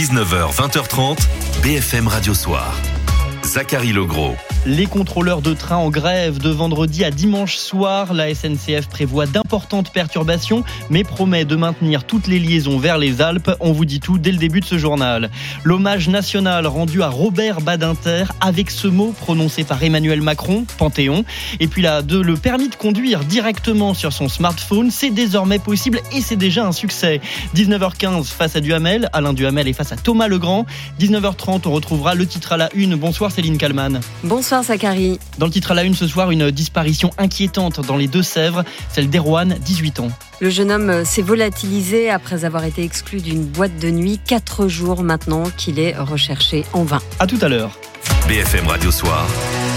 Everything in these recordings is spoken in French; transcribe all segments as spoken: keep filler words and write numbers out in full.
dix-neuf heures vingt heures trente, B F M Radio Soir. Zachary Legros. Les contrôleurs de train en grève de vendredi à dimanche soir. La S N C F prévoit d'importantes perturbations, mais promet de maintenir toutes les liaisons vers les Alpes. On vous dit tout dès le début de ce journal. L'hommage national rendu à Robert Badinter avec ce mot prononcé par Emmanuel Macron, Panthéon. Et puis là, de le permis de conduire directement sur son smartphone, c'est désormais possible et c'est déjà un succès. dix-neuf heures quinze face à Duhamel, Alain Duhamel est face à Thomas Legrand. dix-neuf heures trente, on retrouvera le titre à la une. Bonsoir Céline Kallmann. Bonsoir Zachary. Dans le titre à la une ce soir, une disparition inquiétante dans les Deux-Sèvres, celle d'Erwan, dix-huit ans. Le jeune homme s'est volatilisé après avoir été exclu d'une boîte de nuit. Quatre jours maintenant qu'il est recherché en vain. À tout à l'heure. B F M Radio Soir.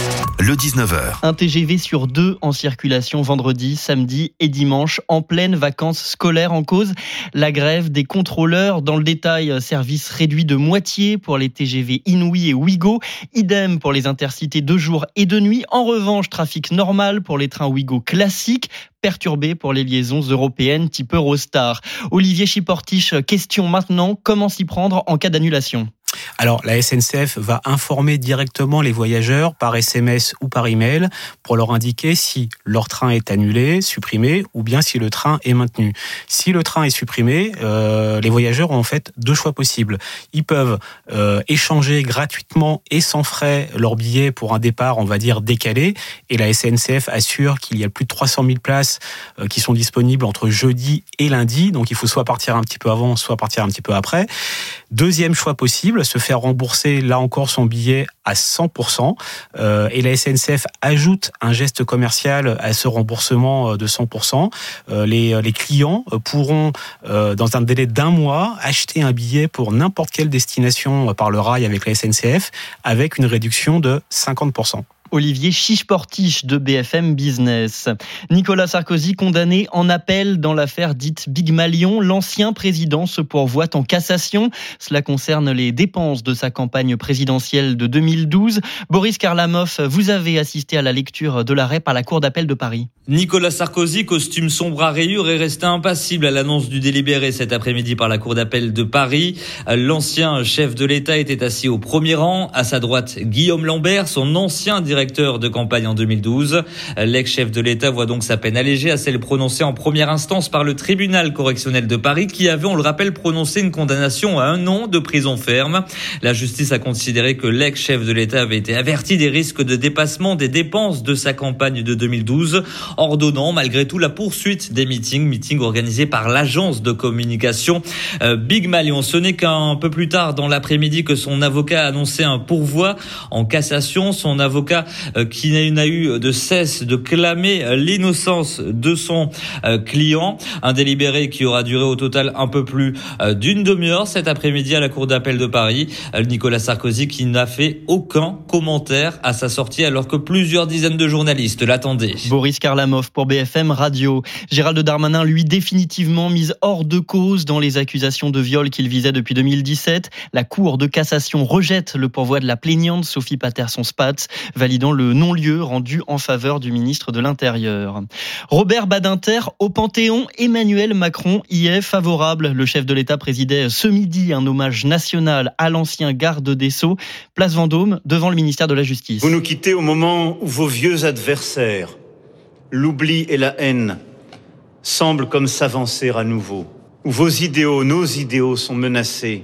Le dix-neuf heures. Un T G V sur deux en circulation vendredi, samedi et dimanche, en pleine vacances scolaires. En cause, la grève des contrôleurs. Dans le détail, service réduit de moitié pour les T G V Inouï et Ouigo. Idem pour les intercités de jour et de nuit. En revanche, trafic normal pour les trains Ouigo classiques. Perturbé pour les liaisons européennes type Eurostar. Olivier Chiportiche, question maintenant, comment s'y prendre en cas d'annulation ? Alors, la S N C F va informer directement les voyageurs par S M S ou par email pour leur indiquer si leur train est annulé, supprimé, ou bien si le train est maintenu. Si le train est supprimé, euh, les voyageurs ont en fait deux choix possibles. Ils peuvent euh, échanger gratuitement et sans frais leur billet pour un départ, on va dire, décalé. Et la S N C F assure qu'il y a plus de trois cent mille places euh, qui sont disponibles entre jeudi et lundi. Donc, il faut soit partir un petit peu avant, soit partir un petit peu après. Deuxième choix possible, se faire rembourser, là encore, son billet à cent pour cent. Euh, et la S N C F ajoute un geste commercial à ce remboursement de cent pour cent. Euh, les, les clients pourront, euh, dans un délai d'un mois, acheter un billet pour n'importe quelle destination par le rail avec la S N C F, avec une réduction de cinquante pour cent. Olivier Chiportiche de B F M Business. Nicolas Sarkozy condamné en appel dans l'affaire dite Big Malion. L'ancien président se pourvoit en cassation. Cela concerne les dépenses de sa campagne présidentielle de deux mille douze. Boris Karlamov, vous avez assisté à la lecture de l'arrêt par la Cour d'appel de Paris. Nicolas Sarkozy, costume sombre à rayures, est resté impassible à l'annonce du délibéré cet après-midi par la Cour d'appel de Paris. L'ancien chef de l'État était assis au premier rang. À sa droite, Guillaume Lambert, son ancien directeur directeur de campagne en deux mille douze. L'ex-chef de l'État voit donc sa peine allégée à celle prononcée en première instance par le tribunal correctionnel de Paris qui avait, on le rappelle, prononcé une condamnation à un an de prison ferme. La justice a considéré que l'ex-chef de l'État avait été averti des risques de dépassement des dépenses de sa campagne de deux mille douze, ordonnant malgré tout la poursuite des meetings, meetings organisés par l'agence de communication euh, Big Malion. Ce n'est qu'un peu plus tard dans l'après-midi que son avocat a annoncé un pourvoi en cassation. Son avocat qui n'a eu de cesse de clamer l'innocence de son client. Un délibéré qui aura duré au total un peu plus d'une demi-heure cet après-midi à la Cour d'appel de Paris. Nicolas Sarkozy qui n'a fait aucun commentaire à sa sortie alors que plusieurs dizaines de journalistes l'attendaient. Boris Karlamov pour B F M Radio. Gérald Darmanin, lui, définitivement mis hors de cause dans les accusations de viol qu'il visait depuis deux mille dix-sept. La Cour de cassation rejette le pourvoi de la plaignante Sophie Patterson-Spatz, validant le non-lieu rendu en faveur du ministre de l'Intérieur. Robert Badinter au Panthéon. Emmanuel Macron y est favorable. Le chef de l'État présidait ce midi un hommage national à l'ancien garde des Sceaux. Place Vendôme, devant le ministère de la Justice. Vous nous quittez au moment où vos vieux adversaires, l'oubli et la haine, semblent comme s'avancer à nouveau. Où vos idéaux, nos idéaux sont menacés.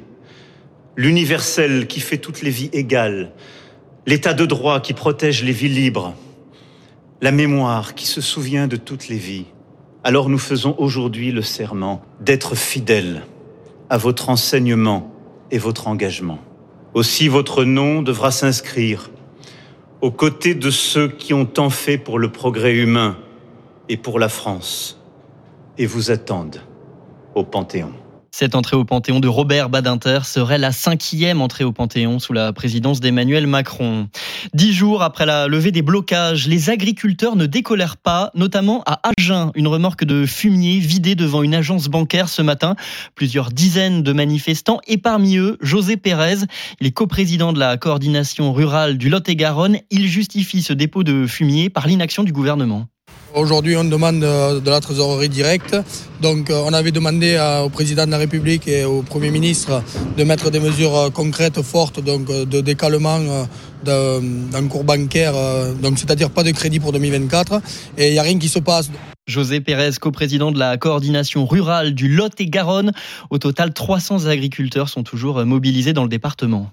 L'universel qui fait toutes les vies égales. L'état de droit qui protège les vies libres, la mémoire qui se souvient de toutes les vies. Alors nous faisons aujourd'hui le serment d'être fidèles à votre enseignement et votre engagement. Aussi votre nom devra s'inscrire aux côtés de ceux qui ont tant fait pour le progrès humain et pour la France et vous attendent au Panthéon. Cette entrée au Panthéon de Robert Badinter serait la cinquième entrée au Panthéon sous la présidence d'Emmanuel Macron. Dix jours après la levée des blocages, les agriculteurs ne décolèrent pas, notamment à Agen. Une remorque de fumier vidée devant une agence bancaire ce matin. Plusieurs dizaines de manifestants et parmi eux, José Pérez. Il est coprésident de la coordination rurale du Lot-et-Garonne. Il justifie ce dépôt de fumier par l'inaction du gouvernement. Aujourd'hui, on demande de la trésorerie directe. Donc, on avait demandé au président de la République et au Premier ministre de mettre des mesures concrètes, fortes, donc de décalement d'un cours bancaire, donc c'est-à-dire pas de crédit pour deux mille vingt-quatre. Et il n'y a rien qui se passe. José Pérez, coprésident de la coordination rurale du Lot-et-Garonne. Au total, trois cents agriculteurs sont toujours mobilisés dans le département.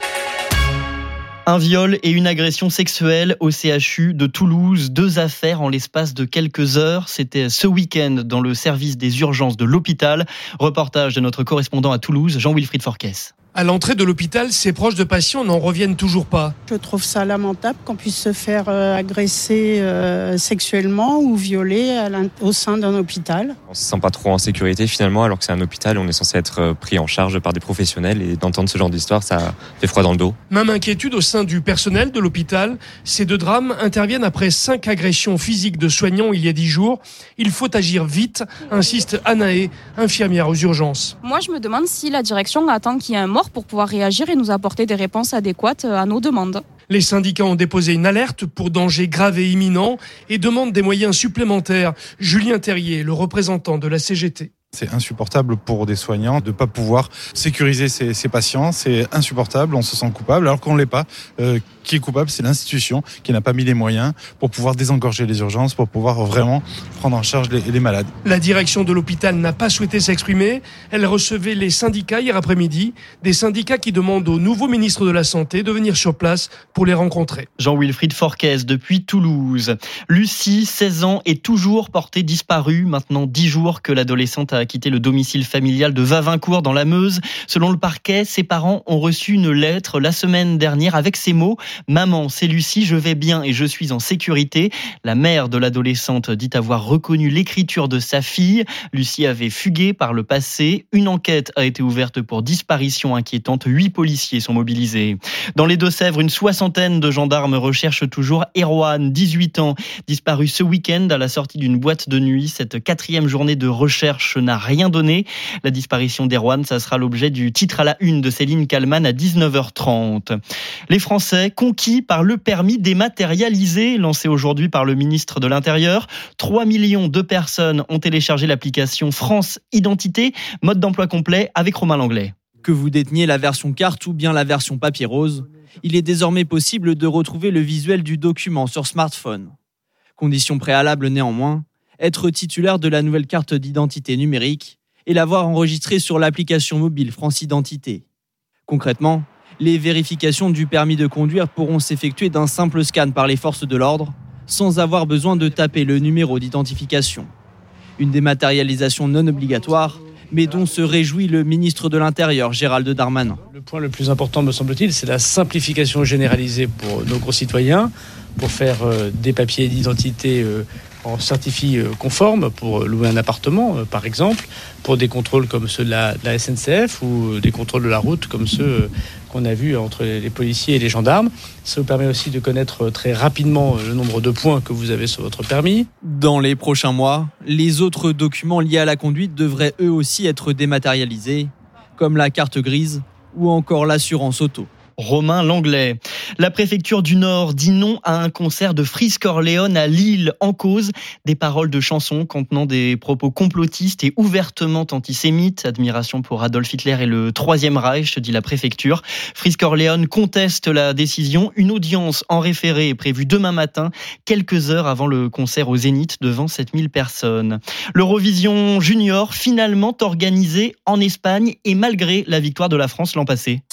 Un viol et une agression sexuelle au C H U de Toulouse. Deux affaires en l'espace de quelques heures. C'était ce week-end dans le service des urgences de l'hôpital. Reportage de notre correspondant à Toulouse, Jean-Wilfried Forquès. À l'entrée de l'hôpital, ses proches de patients n'en reviennent toujours pas. Je trouve ça lamentable qu'on puisse se faire euh, agresser euh, sexuellement ou violer à au sein d'un hôpital. On se sent pas trop en sécurité finalement, alors que c'est un hôpital, on est censé être pris en charge par des professionnels, et d'entendre ce genre d'histoire, ça fait froid dans le dos. Même inquiétude au sein du personnel de l'hôpital. Ces deux drames interviennent après cinq agressions physiques de soignants il y a dix jours. Il faut agir vite, insiste Anaé, infirmière aux urgences. Moi, je me demande si la direction attend qu'il y ait un mort pour pouvoir réagir et nous apporter des réponses adéquates à nos demandes. Les syndicats ont déposé une alerte pour danger grave et imminent et demandent des moyens supplémentaires. Julien Terrier, le représentant de la C G T. C'est insupportable pour des soignants de ne pas pouvoir sécuriser ses, ses patients. C'est insupportable, on se sent coupable alors qu'on ne l'est pas. Euh, qui est coupable, c'est l'institution qui n'a pas mis les moyens pour pouvoir désengorger les urgences, pour pouvoir vraiment prendre en charge les, les malades. La direction de l'hôpital n'a pas souhaité s'exprimer. Elle recevait les syndicats hier après-midi. Des syndicats qui demandent au nouveau ministre de la Santé de venir sur place pour les rencontrer. Jean-Wilfried Forquès depuis Toulouse. Lucie, seize ans, est toujours portée disparue. Maintenant dix jours que l'adolescente a quitté le domicile familial de Vavincourt dans la Meuse. Selon le parquet, ses parents ont reçu une lettre la semaine dernière avec ces mots: « Maman, c'est Lucie, je vais bien et je suis en sécurité ». La mère de l'adolescente dit avoir reconnu l'écriture de sa fille. Lucie avait fugué par le passé. Une enquête a été ouverte pour disparition inquiétante. Huit policiers sont mobilisés. Dans les Deux-Sèvres, une soixantaine de gendarmes recherchent toujours Erwan, dix-huit ans, disparu ce week-end à la sortie d'une boîte de nuit. Cette quatrième journée de recherche n'a rien donné. La disparition d'Erwan, ça sera l'objet du titre à la une de Céline Kallmann à dix-neuf heures trente. Les Français conquis par le permis dématérialisé, lancé aujourd'hui par le ministre de l'Intérieur. trois millions de personnes ont téléchargé l'application France Identité, mode d'emploi complet avec Romain Langlais. Que vous déteniez la version carte ou bien la version papier rose, il est désormais possible de retrouver le visuel du document sur smartphone. Condition préalable néanmoins, être titulaire de la nouvelle carte d'identité numérique et l'avoir enregistrée sur l'application mobile France Identité. Concrètement, les vérifications du permis de conduire pourront s'effectuer d'un simple scan par les forces de l'ordre, sans avoir besoin de taper le numéro d'identification. Une dématérialisation non obligatoire, mais dont se réjouit le ministre de l'Intérieur, Gérald Darmanin. Le point le plus important, me semble-t-il, c'est la simplification généralisée pour nos concitoyens, pour faire euh, des papiers d'identité euh, en certifié euh, conforme, pour louer un appartement, euh, par exemple, pour des contrôles comme ceux de la, de la S N C F ou des contrôles de la route comme ceux euh, qu'on a vus entre les policiers et les gendarmes. Ça vous permet aussi de connaître très rapidement le nombre de points que vous avez sur votre permis. Dans les prochains mois, les autres documents liés à la conduite devraient eux aussi être dématérialisés, comme la carte grise ou encore l'assurance auto. Romain Langlais. La préfecture du Nord dit non à un concert de Frisk Orléans à Lille. En cause, des paroles de chansons contenant des propos complotistes et ouvertement antisémites. Admiration pour Adolf Hitler et le Troisième Reich, dit la préfecture. Frisk Orléans conteste la décision. Une audience en référé est prévue demain matin, quelques heures avant le concert au Zénith devant sept mille personnes. L'Eurovision Junior, finalement organisé en Espagne et malgré la victoire de la France l'an passé.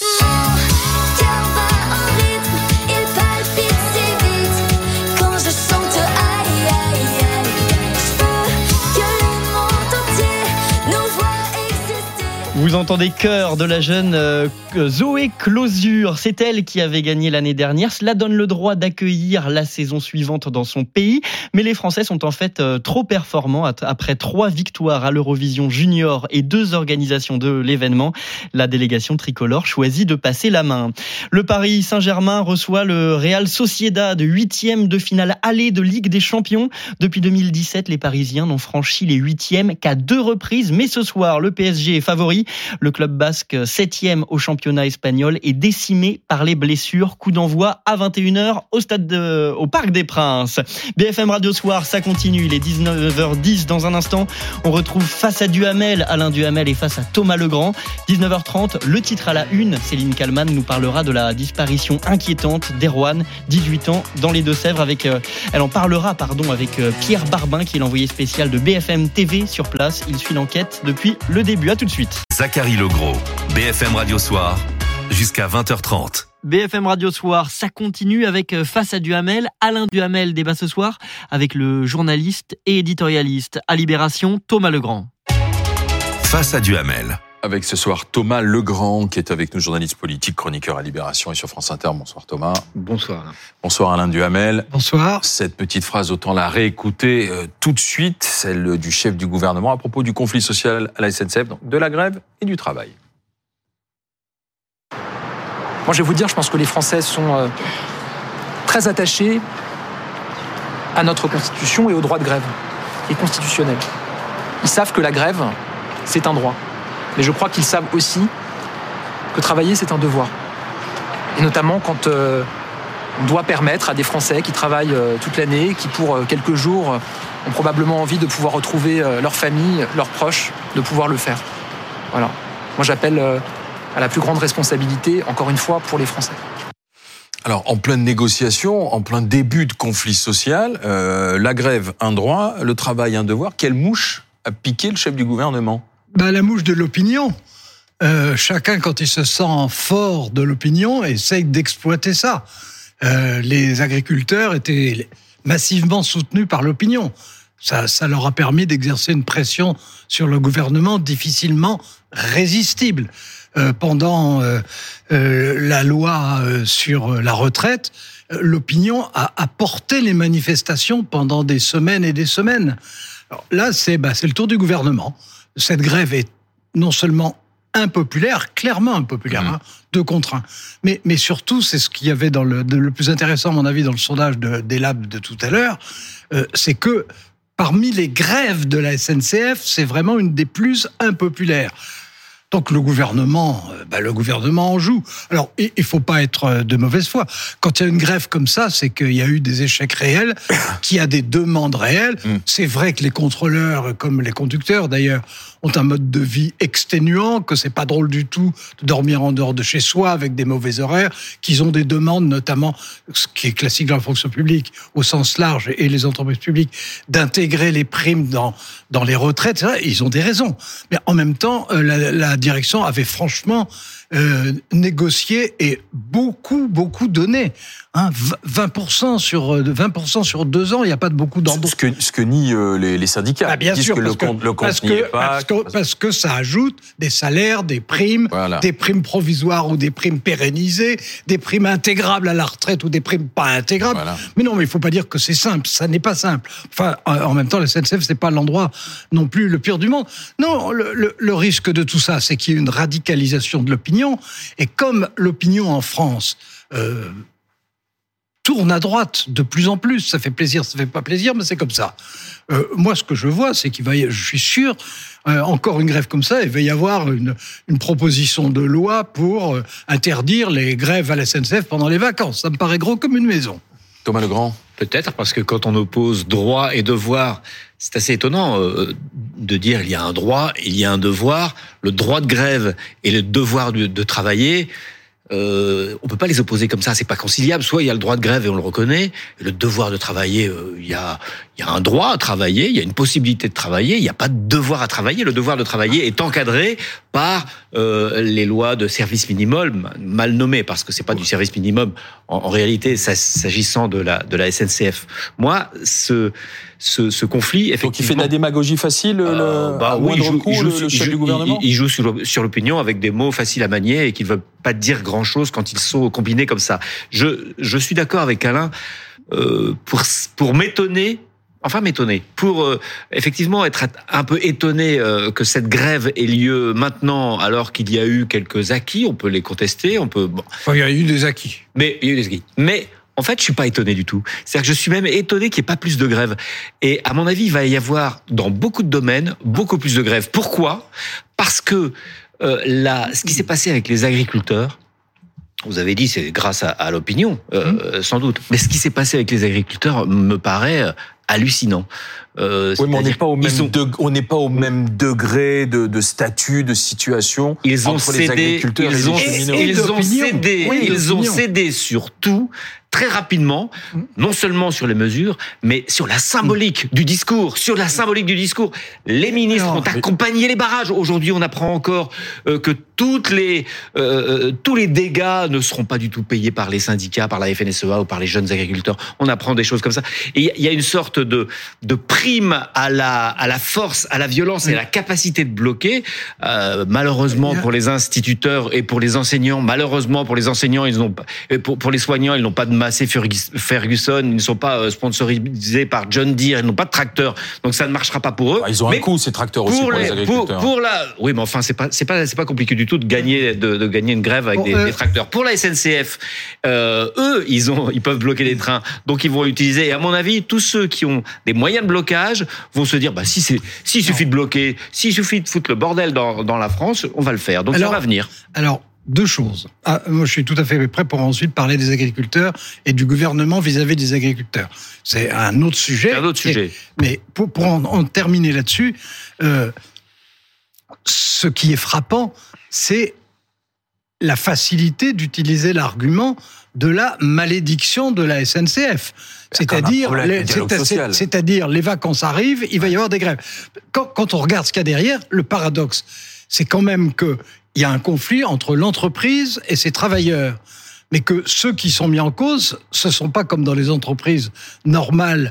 Vous entendez Cœur de la jeune euh, Zoé Closure. C'est elle qui avait gagné l'année dernière. Cela donne le droit d'accueillir la saison suivante dans son pays. Mais les Français sont en fait euh, trop performants. Après trois victoires à l'Eurovision Junior et deux organisations de l'événement, la délégation tricolore choisit de passer la main. Le Paris Saint-Germain reçoit le Real Sociedad, huitième de finale aller de Ligue des Champions. Depuis deux mille dix-sept, les Parisiens n'ont franchi les huitièmes qu'à deux reprises. Mais ce soir, le P S G est favori. Le club basque, septième au championnat espagnol, est décimé par les blessures. Coup d'envoi à vingt et une heures au stade de, au Parc des Princes. B F M Radio Soir, ça continue. Il est dix-neuf heures dix. Dans un instant, on retrouve Face à Duhamel. Alain Duhamel est face à Thomas Legrand. dix-neuf heures trente, le titre à la une. Céline Kallmann nous parlera de la disparition inquiétante d'Erwan, dix-huit ans, dans les Deux-Sèvres. Avec, euh, elle en parlera pardon, avec euh, Pierre Barbin, qui est l'envoyé spécial de B F M T V sur place. Il suit l'enquête depuis le début. À tout de suite. Zachary Legros, B F M Radio Soir, jusqu'à vingt heures trente. B F M Radio Soir, ça continue avec Face à Duhamel. Alain Duhamel débat ce soir avec le journaliste et éditorialiste à Libération, Thomas Legrand. Face à Duhamel. Avec ce soir Thomas Legrand qui est avec nous, journaliste politique, chroniqueur à Libération et sur France Inter. Bonsoir Thomas. Bonsoir. Bonsoir Alain Duhamel. Bonsoir. Cette petite phrase, autant la réécouter euh, tout de suite, celle du chef du gouvernement à propos du conflit social à la S N C F, donc de la grève et du travail. Moi je vais vous dire, je pense que les Français sont euh, très attachés à notre Constitution et au droit de grève, qui est constitutionnel. Ils savent que la grève, c'est un droit. Mais je crois qu'ils savent aussi que travailler, c'est un devoir. Et notamment quand euh, on doit permettre à des Français qui travaillent euh, toute l'année, qui pour euh, quelques jours euh, ont probablement envie de pouvoir retrouver euh, leur famille, leurs proches, de pouvoir le faire. Voilà. Moi, j'appelle euh, à la plus grande responsabilité, encore une fois, pour les Français. Alors, en pleine négociation, en plein début de conflit social, euh, la grève, un droit, le travail, un devoir. Quelle mouche a piqué le chef du gouvernement ? Ben, la mouche de l'opinion. Euh, chacun, quand il se sent fort de l'opinion, essaye d'exploiter ça. Euh, les agriculteurs étaient massivement soutenus par l'opinion. Ça, ça leur a permis d'exercer une pression sur le gouvernement difficilement résistible. Euh, pendant euh, euh, la loi euh, sur la retraite, euh, l'opinion a, a porté les manifestations pendant des semaines et des semaines. Alors là, c'est, bah, c'est le tour du gouvernement. Cette grève est non seulement impopulaire, clairement impopulaire, mmh. hein, deux contre un, mais, mais surtout, c'est ce qu'il y avait dans le, de, le plus intéressant, à mon avis, dans le sondage de, des Labs de tout à l'heure, euh, c'est que parmi les grèves de la S N C F, c'est vraiment une des plus impopulaires. Donc le gouvernement, bah, le gouvernement en joue. Alors il, il faut pas être de mauvaise foi. Quand il y a une grève comme ça, c'est qu'il y a eu des échecs réels, qu'il y a des demandes réelles. Mm. C'est vrai que les contrôleurs, comme les conducteurs d'ailleurs, ont un mode de vie exténuant, que c'est pas drôle du tout de dormir en dehors de chez soi avec des mauvais horaires, qu'ils ont des demandes, notamment ce qui est classique dans la fonction publique au sens large et les entreprises publiques, d'intégrer les primes dans dans les retraites. Ils ont des raisons, mais en même temps, la, la direction avait franchement euh, négocié et beaucoup beaucoup donné. Hein, vingt pour cent sur vingt pour cent sur deux ans, il n'y a pas de beaucoup d'ordre. Ce que ce que nient euh, les, les syndicats. Ah, bien Ils disent sûr, que parce le compte le compte n'y est pas. Parce que, parce que ça ajoute des salaires, des primes, voilà. Des primes provisoires ou des primes pérennisées, des primes intégrables à la retraite ou des primes pas intégrables. Voilà. Mais non, mais il faut pas dire que c'est simple. Ça n'est pas simple. Enfin, en même temps, la S N C F c'est pas l'endroit non plus le pire du monde. Non, le, le, le risque de tout ça, c'est qu'il y ait une radicalisation de l'opinion. Et comme l'opinion en France euh, tourne à droite de plus en plus, ça fait plaisir, ça fait pas plaisir, mais c'est comme ça. Euh, moi, ce que je vois, c'est qu'il va y, je suis sûr, euh, encore une grève comme ça, il va y avoir une, une proposition de loi pour euh, interdire les grèves à la S N C F pendant les vacances. Ça me paraît gros comme une maison. Thomas Legrand. Peut-être, parce que quand on oppose droit et devoir, c'est assez étonnant euh, de dire il y a un droit, il y a un devoir. Le droit de grève et le devoir de, de travailler, euh, on peut pas les opposer comme ça, c'est pas conciliable. Soit il y a le droit de grève et on le reconnaît, et le devoir de travailler, euh, il y a il y a un droit à travailler, il y a une possibilité de travailler, il n'y a pas de devoir à travailler. Le devoir de travailler est encadré par euh, les lois de service minimum, mal nommées, parce que c'est pas du service minimum en, en réalité, ça, s'agissant de la de la S N C F. Moi, ce ce, ce conflit, effectivement. Donc il fait de la démagogie facile, euh, le, bah, à oui, il joue, coup, il joue, le, le chef il, du gouvernement. Il, il joue sur, sur l'opinion avec des mots faciles à manier et qui ne veulent pas dire grand-chose quand ils sont combinés comme ça. Je je suis d'accord avec Alain euh, pour pour m'étonner. Enfin, m'étonner. Pour euh, effectivement être un peu étonné euh, que cette grève ait lieu maintenant, alors qu'il y a eu quelques acquis, on peut les contester, on peut. Bon. Enfin, il y a eu des acquis. Mais il y a eu des acquis. Mais en fait, je suis pas étonné du tout. C'est-à-dire que je suis même étonné qu'il n'y ait pas plus de grèves. Et à mon avis, il va y avoir dans beaucoup de domaines beaucoup plus de grèves. Pourquoi ? Parce que euh, la, ce qui s'est passé avec les agriculteurs, vous avez dit c'est grâce à, à l'opinion, euh, mmh. sans doute. Mais ce qui s'est passé avec les agriculteurs me paraît hallucinant. Euh, oui, mais on n'est pas au même, ont... de, on n'est pas au même degré de, de statut, de situation. Ils ont entre cédé, les agriculteurs ils et ont, les cheminots. Ils ont cédé, oui, ils ont cédé sur tout. Très rapidement, non seulement sur les mesures, mais sur la symbolique mmh. du discours, sur la symbolique du discours. Les ministres non, ont mais... accompagné les barrages. Aujourd'hui, on apprend encore euh, que toutes les, euh, tous les dégâts ne seront pas du tout payés par les syndicats, par la F N S E A ou par les jeunes agriculteurs. On apprend des choses comme ça. Et il y a une sorte de, de prime à la, à la force, à la violence et à la capacité de bloquer. Euh, malheureusement pour les instituteurs et pour les enseignants, malheureusement pour les enseignants, ils n'ont pas, pour, pour les soignants, ils n'ont pas de Massey Ferguson, ils ne sont pas sponsorisés par John Deere, ils n'ont pas de tracteurs, donc ça ne marchera pas pour eux. Ils ont mais un coût ces tracteurs aussi pour, pour les, les agriculteurs. Pour, pour la, oui, mais enfin c'est pas c'est pas c'est pas compliqué du tout de gagner de, de gagner une grève avec bon, des, euh... des tracteurs. Pour la S N C F, euh, eux ils ont ils peuvent bloquer les trains, donc ils vont utiliser. Et à mon avis, tous ceux qui ont des moyens de blocage vont se dire bah si c'est s'il suffit de bloquer, s'il suffit de foutre le bordel dans dans la France, on va le faire. Donc alors, ça va venir. Alors. Deux choses. Ah, moi, je suis tout à fait prêt pour ensuite parler des agriculteurs et du gouvernement vis-à-vis des agriculteurs. C'est un autre sujet. Un autre sujet. Et, mais pour, pour en, en terminer là-dessus, euh, ce qui est frappant, c'est la facilité d'utiliser l'argument de la malédiction de la S N C F. C'est-à-dire, les, c'est, c'est-à-dire, les vacances arrivent, il va y avoir des grèves. Quand, quand on regarde ce qu'il y a derrière, le paradoxe, c'est quand même que il y a un conflit entre l'entreprise et ses travailleurs. Mais que ceux qui sont mis en cause, ce ne sont pas comme dans les entreprises normales,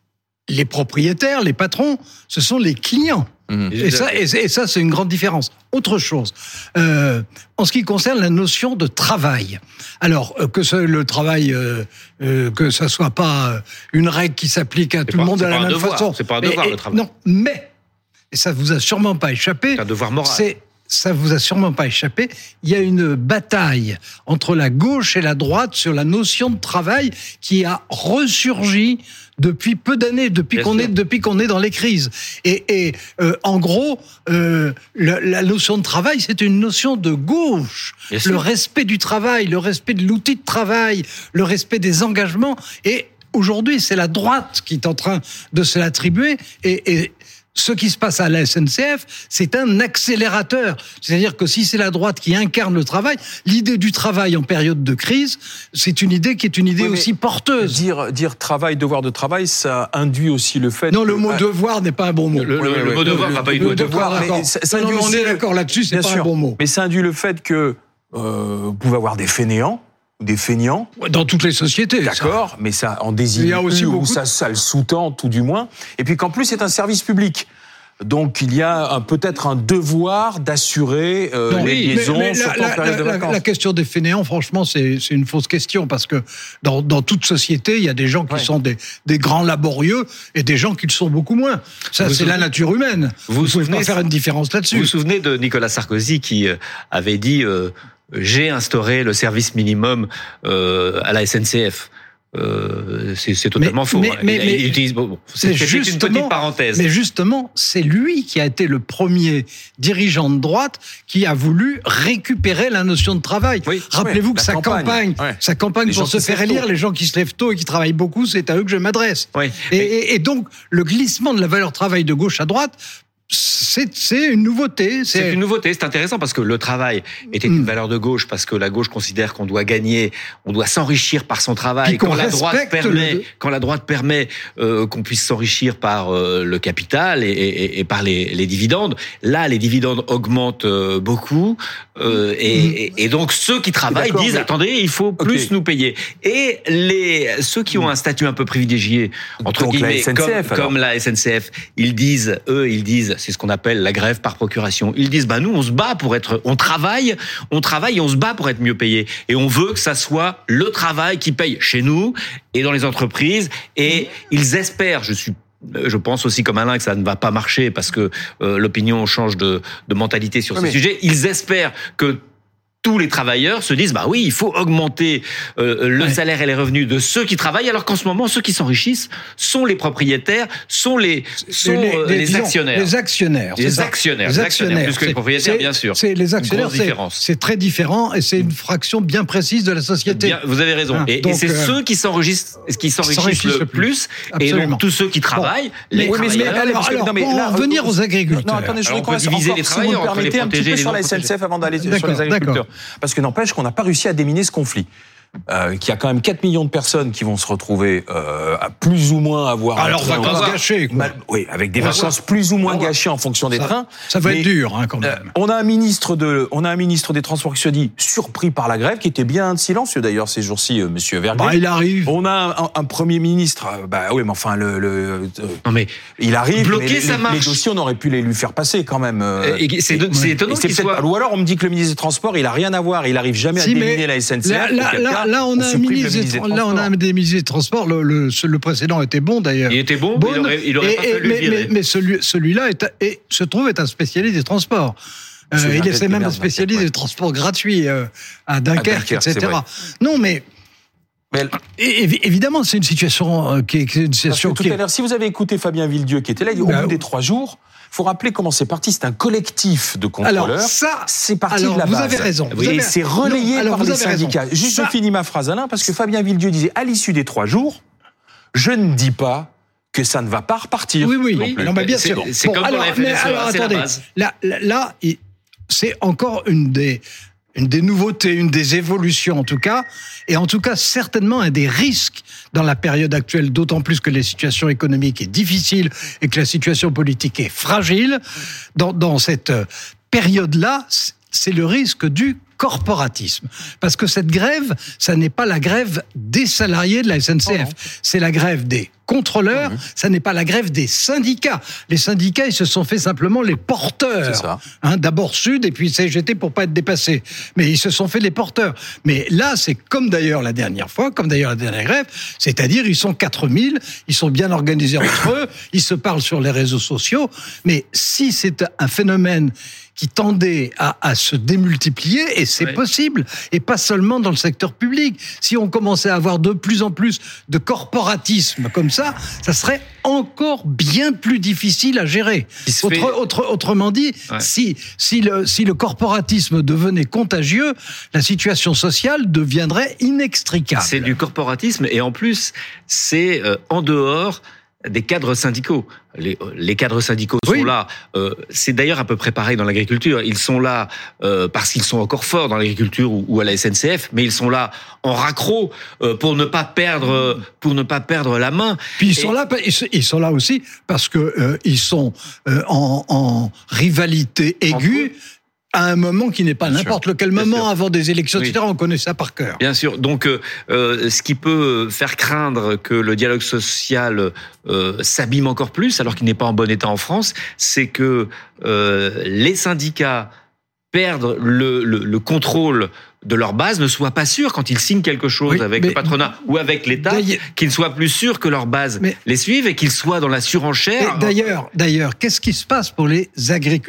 les propriétaires, les patrons, ce sont les clients. Mmh. Et, ça, et, et ça, c'est une grande différence. Autre chose, euh, en ce qui concerne la notion de travail. Alors, euh, que ce, le travail, euh, euh, que ça soit pas une règle qui s'applique à c'est tout pas, le monde de la même devoir, façon. C'est pas un devoir, et, le travail. Non, mais, et ça vous a sûrement pas échappé. C'est un devoir moral. C'est, ça vous a sûrement pas échappé, il y a une bataille entre la gauche et la droite sur la notion de travail qui a ressurgi depuis peu d'années, depuis Bien qu'on sûr. est depuis qu'on est dans les crises. Et, et euh, en gros, euh, la, la notion de travail, c'est une notion de gauche. Bien le sûr. respect du travail, le respect de l'outil de travail, le respect des engagements. Et aujourd'hui, c'est la droite qui est en train de se l'attribuer. Et, et ce qui se passe à la S N C F, c'est un accélérateur. C'est-à-dire que si c'est la droite qui incarne le travail, l'idée du travail en période de crise, c'est une idée qui est une idée oui, aussi porteuse. Dire, dire travail, devoir de travail, ça induit aussi le fait... Non, le mot devoir n'est pas un bon mot. Le, le, le, le mot devoir va pas du tout. Devoir, devoir ça, ça non, non, on est d'accord là-dessus, c'est pas sûr, un bon mot. Mais ça induit le fait que euh, vous pouvez avoir des fainéants, des feignants. Dans toutes les sociétés. D'accord, ça. mais ça en désigne il y a aussi plus, beaucoup ou ça, ça le sous-tend, tout du moins. Et puis qu'en plus, c'est un service public. Donc il y a un, peut-être un devoir d'assurer euh, non, les oui, liaisons, mais, mais surtout la, en période la, de vacances. La question des fainéants, franchement, c'est, c'est une fausse question, parce que dans, dans toute société, il y a des gens qui ouais. sont des, des grands laborieux et des gens qui le sont beaucoup moins. Ça, vous c'est souvenez, la nature humaine. Vous ne pouvez pas faire une différence là-dessus. Vous vous souvenez de Nicolas Sarkozy qui avait dit euh, « J'ai instauré le service minimum euh, à la S N C F ». Euh, c'est, c'est totalement mais, faux. Mais, hein. mais, il, mais, il utilise, bon, c'est, c'est une petite parenthèse. Mais justement, c'est lui qui a été le premier dirigeant de droite qui a voulu récupérer la notion de travail. Oui, Rappelez-vous oui, que sa campagne, campagne, ouais. sa campagne pour se faire élire, les gens qui se lèvent tôt et qui travaillent beaucoup, c'est à eux que je m'adresse. Oui, et, et, et donc, le glissement de la valeur travail de gauche à droite, C'est, c'est une nouveauté. C'est... c'est une nouveauté, c'est intéressant parce que le travail était mmh. une valeur de gauche, parce que la gauche considère qu'on doit gagner, on doit s'enrichir par son travail. Quand la, droite permet, le... quand la droite permet euh, qu'on puisse s'enrichir par euh, le capital et, et, et par les, les dividendes, là les dividendes augmentent euh, beaucoup euh, et, mmh. et, et donc ceux qui travaillent disent mais... attendez, il faut plus okay. nous payer. Et les ceux qui ont un statut un peu privilégié entre donc guillemets la comme, comme la S N C F, ils disent eux ils disent c'est ce qu'on appelle la grève par procuration. Ils disent, bah nous, on se bat pour être, on travaille, on travaille et on se bat pour être mieux payé. Et on veut que ça soit le travail qui paye chez nous et dans les entreprises. Et ils espèrent, je suis je pense aussi comme Alain que ça ne va pas marcher parce que euh, l'opinion change de, de mentalité sur oui, ce mais... sujet. Ils espèrent que tous les travailleurs se disent bah oui, il faut augmenter euh, le ouais. salaire et les revenus de ceux qui travaillent, alors qu'en ce moment ceux qui s'enrichissent sont les propriétaires, sont les sont les, les, les, les disons, actionnaires. Les actionnaires, les c'est actionnaires, les actionnaires, actionnaires plus que les propriétaires, c'est, bien sûr. C'est les actionnaires, c'est, c'est très différent et c'est une fraction bien précise de la société. Bien, vous avez raison. Hein, et, donc, et c'est euh, ceux qui s'enrichissent, qui s'enrichissent, s'enrichissent le plus, et donc tous ceux qui travaillent. Bon, les mais, mais, mais alors, alors, alors pour en revenir aux agriculteurs. Non, attendez, je voudrais diviser les travailleurs, si vous me permettez, un petit peu sur la S N C F avant d'aller sur les agriculteurs, parce que n'empêche qu'on n'a pas réussi à déminer ce conflit. Euh, qu'il y a quand même quatre millions de personnes qui vont se retrouver euh, à plus ou moins avoir... Alors, vacances gâchées, quoi. Oui, avec des vacances plus ou moins gâchées en fonction des ça, trains. Ça va être dur, hein, quand même. Euh, on a un ministre de, on a un ministre des Transports qui se dit surpris par la grève, qui était bien silencieux d'ailleurs ces jours-ci, euh, Monsieur Vergret. Bah, il arrive. On a un, un, un premier ministre, euh, bah oui, mais enfin, le, le euh, non mais il arrive, bloquer mais ça les, marche. les dossiers, on aurait pu les lui faire passer quand même. Euh, et, et c'est, de, c'est étonnant qu'il soit... Ou alors on me dit que le ministre des Transports, il a rien à voir, il arrive jamais si, à déminer la S N C F. Là, là, là, là, on a un ministre Là, on a un des ministres des Transports. Le, le, le précédent était bon, d'ailleurs. Il était bon, bon il aurait, il aurait et, pas fallu mais, virer. Mais, mais celui, celui-là est, est, se trouve être un spécialiste des transports. Euh, il est même un spécialiste ouais. des transports gratuits euh, à Dunkerque, à Dunkerque et cetera. Non, mais... Mais elle... Et, évidemment, c'est une situation euh, qui est une situation. Tout à l'heure, si vous avez écouté Fabien Villedieu qui était là, au bah, bout des trois jours, il faut rappeler comment c'est parti. C'est un collectif de contrôleurs. Alors ça, c'est parti alors, de la vous base. Avez raison. Vous et avez... c'est relayé non, alors, par les syndicats. Raison. Juste, ça... je finis ma phrase, Alain, parce que Fabien Villedieu disait à l'issue des trois jours, je ne dis pas que ça ne va pas repartir. Oui, oui, oui. Non, mais bien c'est, sûr. C'est bon, comme alors, pour la F N S E, alors, c'est attendez, la base. Là, là, là, c'est encore une des. Une des nouveautés, une des évolutions en tout cas, et en tout cas certainement un des risques dans la période actuelle, d'autant plus que la situation économique est difficile et que la situation politique est fragile. Dans, dans cette période-là, c'est le risque du corporatisme. Parce que cette grève, ça n'est pas la grève des salariés de la S N C F, oh c'est la grève des contrôleurs, mmh. ça n'est pas la grève des syndicats. Les syndicats, ils se sont fait simplement les porteurs. C'est ça. Hein, d'abord Sud et puis C G T pour pas être dépassés. Mais ils se sont fait les porteurs. Mais là, c'est comme d'ailleurs la dernière fois, comme d'ailleurs la dernière grève, c'est-à-dire ils sont quatre mille, ils sont bien organisés entre eux, ils se parlent sur les réseaux sociaux. Mais si c'est un phénomène qui tendait à, à se démultiplier, et c'est ouais. possible, et pas seulement dans le secteur public. Si on commençait à avoir de plus en plus de corporatisme comme ça, ça serait encore bien plus difficile à gérer. Autre, fait... autre, autrement dit, ouais. si, si, le, si le corporatisme devenait contagieux, la situation sociale deviendrait inextricable. C'est du corporatisme, et en plus, c'est euh, en dehors des cadres syndicaux. Les, les cadres syndicaux sont oui. là. Euh, c'est d'ailleurs à peu près pareil dans l'agriculture. Ils sont là euh, parce qu'ils sont encore forts dans l'agriculture ou, ou à la S N C F, mais ils sont là en raccro euh, pour ne pas perdre, pour ne pas perdre la main. Puis ils Et... sont là, ils sont là aussi parce que euh, ils sont euh, en, en rivalité aiguë. À un moment qui n'est pas bien n'importe sûr, lequel moment sûr. Avant des élections, oui. et cetera. On connaît ça par cœur. Bien sûr. Donc, euh, euh, ce qui peut faire craindre que le dialogue social euh, s'abîme encore plus, alors qu'il n'est pas en bon état en France, c'est que euh, les syndicats perdent le, le, le contrôle de leur base, ne soient pas sûrs quand ils signent quelque chose oui, avec le patronat ou avec l'État, qu'ils ne soient plus sûrs que leur base mais, les suive et qu'ils soient dans la surenchère. D'ailleurs, d'ailleurs, qu'est-ce qui se passe pour les agriculteurs ?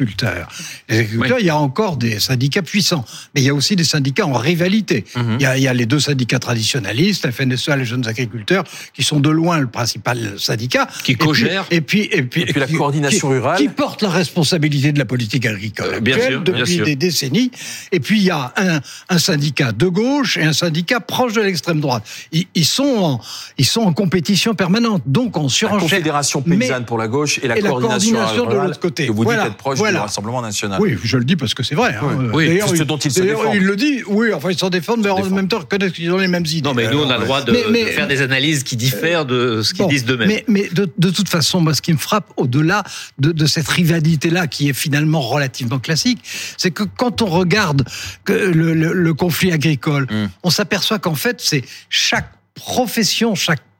Les agriculteurs, oui. il y a encore des syndicats puissants, mais il y a aussi des syndicats en rivalité. Mm-hmm. Il y a, il y a les deux syndicats traditionnalistes, la F N S E, les jeunes agriculteurs, qui sont de loin le principal syndicat. Qui co-gèrent. Et puis, et puis, et puis, et puis la qui, coordination qui, rurale. Qui porte la responsabilité de la politique agricole euh, bien actuelle sûr, depuis bien sûr. des décennies. Et puis, il y a un, un syndicat de gauche et un syndicat proche de l'extrême droite. Ils, ils, sont, en, ils sont en compétition permanente, donc en surenchère. La Confédération paysanne pour la gauche et la, et coordination, la coordination de l'autre côté. Que vous voilà, dites être proche voilà. du Rassemblement national. Oui, je le dis parce que c'est vrai. Oui, hein. oui. D'ailleurs, c'est ce il, dont ils se défendent. Il le dit, oui, enfin ils s'en défendent, mais en même temps reconnaissent qu'ils ont les mêmes idées. Non, mais nous, on a le droit de, mais, mais, de faire des analyses qui diffèrent de ce qu'ils bon, disent d'eux-mêmes. Mais, mais de, de toute façon, moi, ce qui me frappe, au-delà de, de cette rivalité-là, qui est finalement relativement classique, c'est que quand on regarde que le, le, le conflit agricole, mm. on s'aperçoit qu'en fait, c'est chaque profession, chaque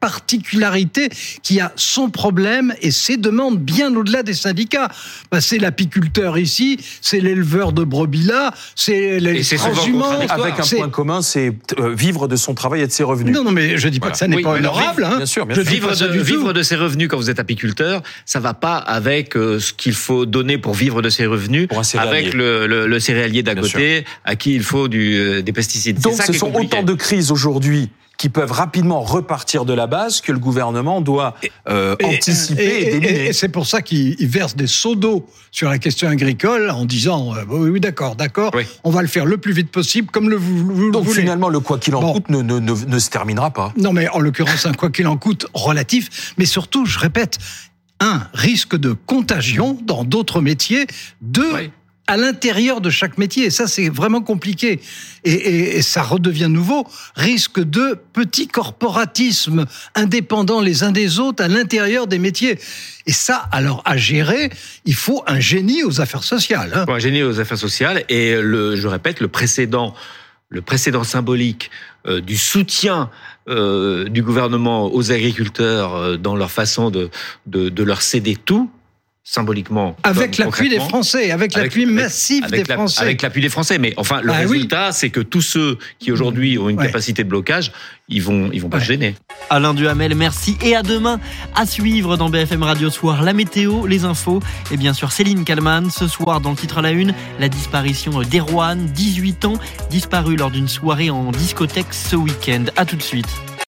particularité qui a son problème et ses demandes bien au-delà des syndicats. Ben, c'est l'apiculteur ici, c'est l'éleveur de brebis là, c'est les transhumants. Avec un c'est... point commun, c'est euh, vivre de son travail et de ses revenus. Non, non, mais je dis pas voilà. que ça n'est oui, pas honorable. Hein. Bien sûr, bien je sûr. Vivre, de, vivre de ses revenus quand vous êtes apiculteur, ça va pas avec euh, ce qu'il faut donner pour vivre de ses revenus, avec le, le, le céréalier d'à côté, à qui il faut du, euh, des pesticides. Donc, c'est ça ce sont compliqué. autant de crises aujourd'hui qui peuvent rapidement repartir de la base que le gouvernement doit euh, et, anticiper et, et, et, et c'est pour ça qu'il verse des seaux d'eau sur la question agricole en disant euh, oui, oui d'accord, d'accord, oui. on va le faire le plus vite possible comme le vous, vous Donc voulez. Finalement, le quoi qu'il en bon. coûte ne, ne, ne, ne se terminera pas. Non, mais en l'occurrence, un quoi qu'il en coûte relatif, mais surtout, je répète, un risque de contagion dans d'autres métiers, deux. Oui. à l'intérieur de chaque métier. Et ça, c'est vraiment compliqué. Et, et, et ça redevient nouveau. Risque de petit corporatisme indépendants les uns des autres à l'intérieur des métiers. Et ça, alors, à gérer, il faut un génie aux affaires sociales. Hein. Un génie aux affaires sociales. Et le, je répète, le précédent, le précédent symbolique euh, du soutien euh, du gouvernement aux agriculteurs euh, dans leur façon de, de, de leur céder tout, symboliquement. Avec l'appui des Français, avec, avec l'appui massif avec, des avec Français. Avec l'appui des Français. Mais enfin, le ah, résultat, oui. c'est que tous ceux qui aujourd'hui ont une ouais. capacité de blocage, ils vont, ils vont pas ouais. se gêner. Alain Duhamel, merci. Et à demain, à suivre dans B F M Radio Soir, la météo, les infos. Et bien sûr, Céline Kallmann. Ce soir, dans le titre à la une, la disparition d'Erwan, dix-huit ans, disparu lors d'une soirée en discothèque ce week-end. À tout de suite.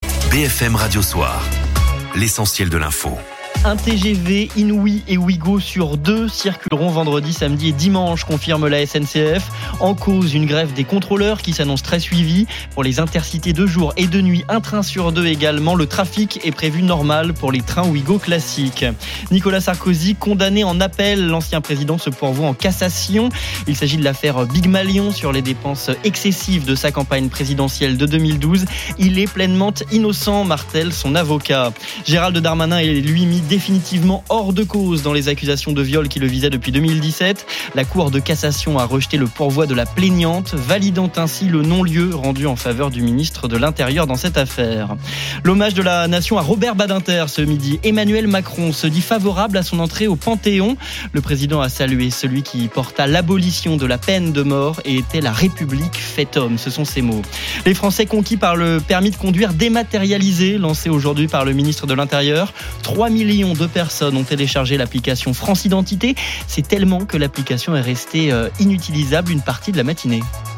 B F M Radio Soir, l'essentiel de l'info. Un T G V, Inouï et Ouigo sur deux circuleront vendredi, samedi et dimanche, confirme la S N C F. En cause, une grève des contrôleurs qui s'annonce très suivie. Pour les intercités de jour et de nuit, un train sur deux également. Le trafic est prévu normal pour les trains Ouigo classiques. Nicolas Sarkozy, condamné en appel. L'ancien président se pourvoit en cassation. Il s'agit de l'affaire Big Malion sur les dépenses excessives de sa campagne présidentielle de deux mille douze. Il est pleinement innocent, martèle son avocat. Gérald Darmanin est lui mis définitivement hors de cause dans les accusations de viol qui le visaient depuis deux mille dix-sept. La Cour de cassation a rejeté le pourvoi de la plaignante, validant ainsi le non-lieu rendu en faveur du ministre de l'Intérieur dans cette affaire. L'hommage de la nation à Robert Badinter ce midi. Emmanuel Macron se dit favorable à son entrée au Panthéon. Le président a salué celui qui porta l'abolition de la peine de mort et était la République fait homme. Ce sont ses mots. Les Français conquis par le permis de conduire dématérialisé, lancé aujourd'hui par le ministre de l'Intérieur. trois millions de personnes ont téléchargé l'application France Identité. C'est tellement que l'application est restée inutilisable une partie de la matinée.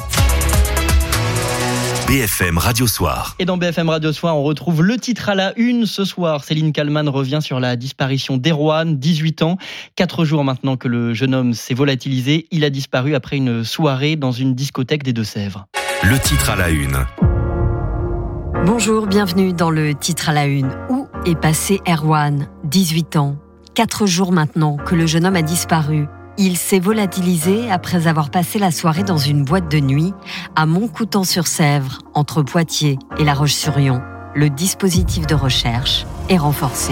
B F M Radio Soir. Et dans B F M Radio Soir, on retrouve le titre à la une ce soir. Céline Kallmann revient sur la disparition d'Erwan, dix-huit ans. Quatre jours maintenant que le jeune homme s'est volatilisé. Il a disparu après une soirée dans une discothèque des Deux-Sèvres. Le titre à la une. Bonjour, bienvenue dans le titre à la une. Où est passé Erwan, dix-huit ans? Quatre jours maintenant que le jeune homme a disparu. Il s'est volatilisé après avoir passé la soirée dans une boîte de nuit à Montcoutan-sur-Sèvre, entre Poitiers et La Roche-sur-Yon. Le dispositif de recherche est renforcé.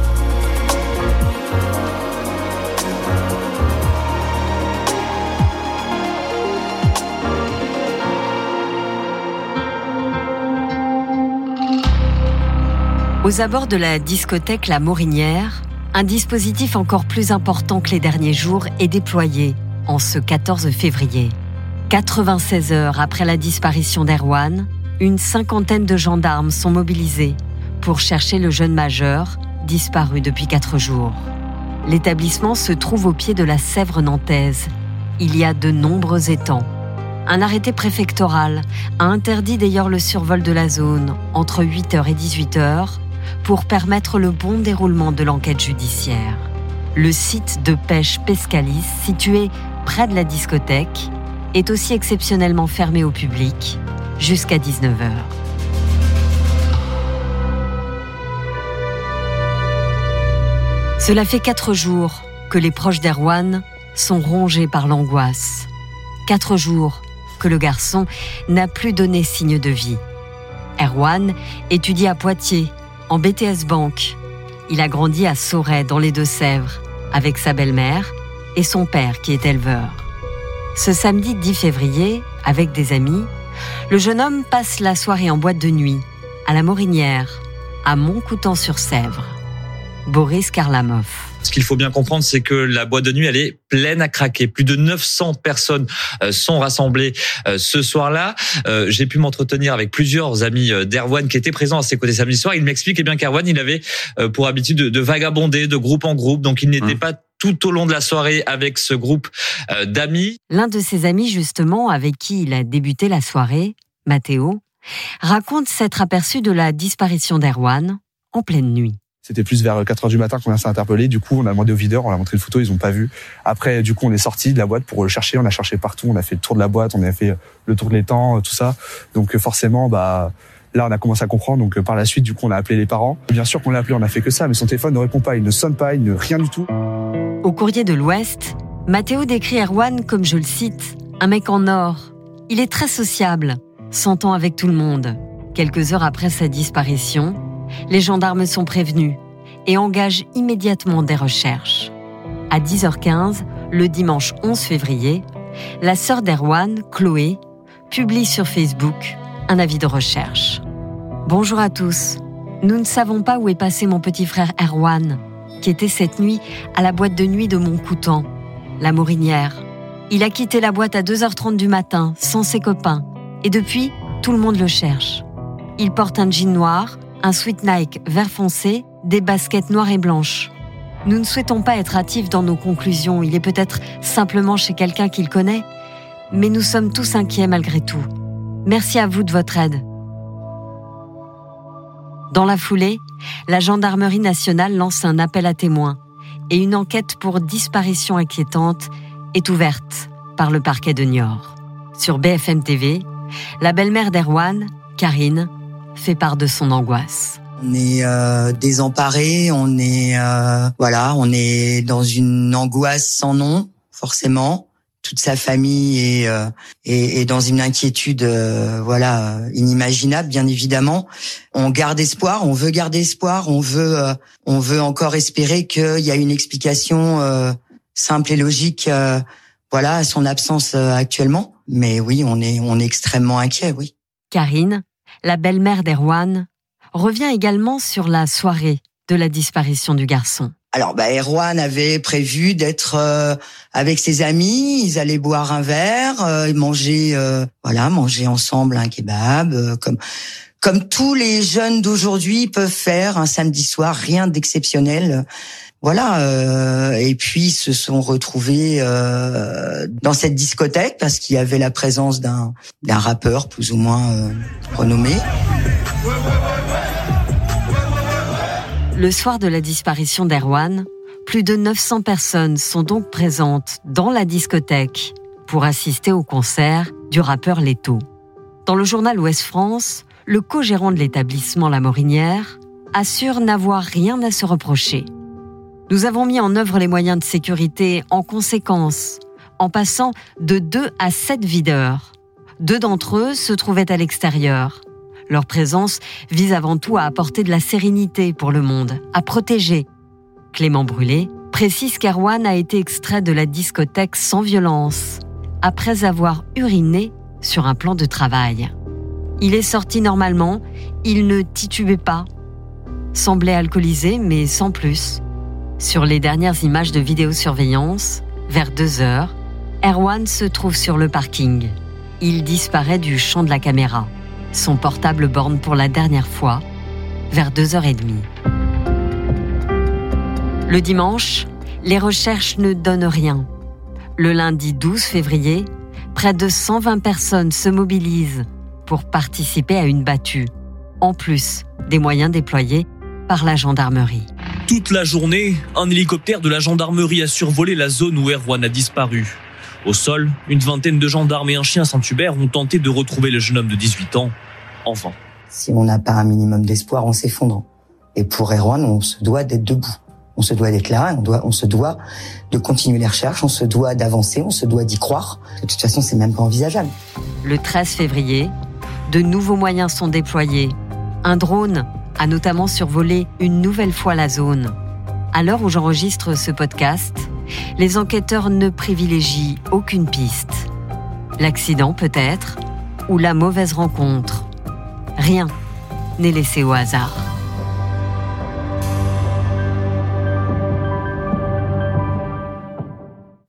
Aux abords de la discothèque La Morinière, un dispositif encore plus important que les derniers jours est déployé en ce quatorze février. quatre-vingt-seize heures après la disparition d'Erwan, une cinquantaine de gendarmes sont mobilisés pour chercher le jeune majeur disparu depuis quatre jours. L'établissement se trouve au pied de la Sèvre nantaise. Il y a de nombreux étangs. Un arrêté préfectoral a interdit d'ailleurs le survol de la zone entre huit heures et dix-huit heures pour permettre le bon déroulement de l'enquête judiciaire. Le site de pêche Pescalis, situé près de la discothèque, est aussi exceptionnellement fermé au public jusqu'à dix-neuf heures. Cela fait quatre jours que les proches d'Erwan sont rongés par l'angoisse. Quatre jours que le garçon n'a plus donné signe de vie. Erwan étudie à Poitiers, en B T S Banque. Il a grandi à Sauray, dans les Deux-Sèvres, avec sa belle-mère et son père qui est éleveur. Ce samedi dix février, avec des amis, le jeune homme passe la soirée en boîte de nuit, à La Morinière, à Montcoutan-sur-Sèvre. Boris Karlamov. Ce qu'il faut bien comprendre, c'est que la boîte de nuit, elle est pleine à craquer. Plus de neuf cents personnes sont rassemblées ce soir-là. J'ai pu m'entretenir avec plusieurs amis d'Erwan qui étaient présents à ses côtés samedi soir. Il m'explique eh bien qu'Erwan, il avait pour habitude de vagabonder de groupe en groupe, donc il n'était mmh. pas tout au long de la soirée avec ce groupe d'amis. L'un de ses amis, justement, avec qui il a débuté la soirée, Mathéo, raconte s'être aperçu de la disparition d'Erwan en pleine nuit. C'était plus vers quatre heures du matin qu'on s'est interpellé. Du coup, on a demandé aux videurs, on a montré une photo, ils ont pas vu. Après, du coup, on est sorti de la boîte pour le chercher. On a cherché partout, on a fait le tour de la boîte, on a fait le tour de l'étang, tout ça. Donc forcément, bah là, on a commencé à comprendre. Donc par la suite, du coup, on a appelé les parents. Bien sûr qu'on l'a appelé, on a fait que ça, mais son téléphone ne répond pas, il ne sonne pas, il ne rien du tout. Au Courrier de l'Ouest, Mathéo décrit Erwan comme, je le cite, un mec en or. Il est très sociable, s'entend avec tout le monde. Quelques heures après sa disparition, les gendarmes sont prévenus et engagent immédiatement des recherches. À dix heures quinze, le dimanche onze février, la sœur d'Erwan, Chloé, publie sur Facebook un avis de recherche. Bonjour à tous. Nous ne savons pas où est passé mon petit frère Erwan, qui était cette nuit à la boîte de nuit de Montcoutan, la Morinière. Il a quitté la boîte à deux heures trente du matin, sans ses copains, et depuis, tout le monde le cherche. Il porte un jean noir, un sweat Nike vert foncé, des baskets noires et blanches. Nous ne souhaitons pas être hâtifs dans nos conclusions. Il est peut-être simplement chez quelqu'un qu'il connaît, mais nous sommes tous inquiets malgré tout. Merci à vous de votre aide. Dans la foulée, la gendarmerie nationale lance un appel à témoins et une enquête pour disparition inquiétante est ouverte par le parquet de Niort. Sur B F M T V, la belle-mère d'Erwan, Karine, fait part de son angoisse. On est euh, désemparés, on est euh, voilà, on est dans une angoisse sans nom, forcément. Toute sa famille est, euh, est, est dans une inquiétude, euh, voilà, inimaginable, bien évidemment. On garde espoir, on veut garder espoir, on veut, euh, on veut encore espérer qu'il y a une explication euh, simple et logique, euh, voilà, à son absence euh, actuellement. Mais oui, on est, on est extrêmement inquiet, oui. Karine, la belle-mère d'Erwan, revient également sur la soirée de la disparition du garçon. Alors, bah, Erwan avait prévu d'être euh, avec ses amis. Ils allaient boire un verre, euh, manger, euh, voilà, manger ensemble un kebab, euh, comme comme tous les jeunes d'aujourd'hui peuvent faire un samedi soir, rien d'exceptionnel. Voilà. Euh, et puis ils se sont retrouvés euh, dans cette discothèque parce qu'il y avait la présence d'un d'un rappeur plus ou moins euh, renommé. Le soir de la disparition d'Erwan, plus de neuf cents personnes sont donc présentes dans la discothèque pour assister au concert du rappeur Leto. Dans le journal Ouest France, le co-gérant de l'établissement La Morinière assure n'avoir rien à se reprocher. Nous avons mis en œuvre les moyens de sécurité en conséquence, en passant de deux à sept videurs. Deux d'entre eux se trouvaient à l'extérieur. Leur présence vise avant tout à apporter de la sérénité pour le monde, à protéger. Clément Brûlé précise qu'Erwan a été extrait de la discothèque sans violence, après avoir uriné sur un plan de travail. Il est sorti normalement, il ne titubait pas, semblait alcoolisé mais sans plus. Sur les dernières images de vidéosurveillance, vers deux heures, Erwan se trouve sur le parking. Il disparaît du champ de la caméra. Son portable borne pour la dernière fois, vers deux heures trente. Le dimanche, les recherches ne donnent rien. Le lundi douze février, près de cent vingt personnes se mobilisent pour participer à une battue, en plus des moyens déployés par la gendarmerie. Toute la journée, un hélicoptère de la gendarmerie a survolé la zone où Erwan a disparu. Au sol, une vingtaine de gendarmes et un chien Saint-Hubert ont tenté de retrouver le jeune homme de dix-huit ans, en vain. Si on n'a pas un minimum d'espoir, on s'effondre. Et pour Erwan, on se doit d'être debout. On se doit d'être là, on, doit, on se doit de continuer les recherches, on se doit d'avancer, on se doit d'y croire. De toute façon, c'est même pas envisageable. Le treize février, de nouveaux moyens sont déployés. Un drone a notamment survolé une nouvelle fois la zone. À l'heure où j'enregistre ce podcast, les enquêteurs ne privilégient aucune piste. L'accident peut-être, ou la mauvaise rencontre. Rien n'est laissé au hasard.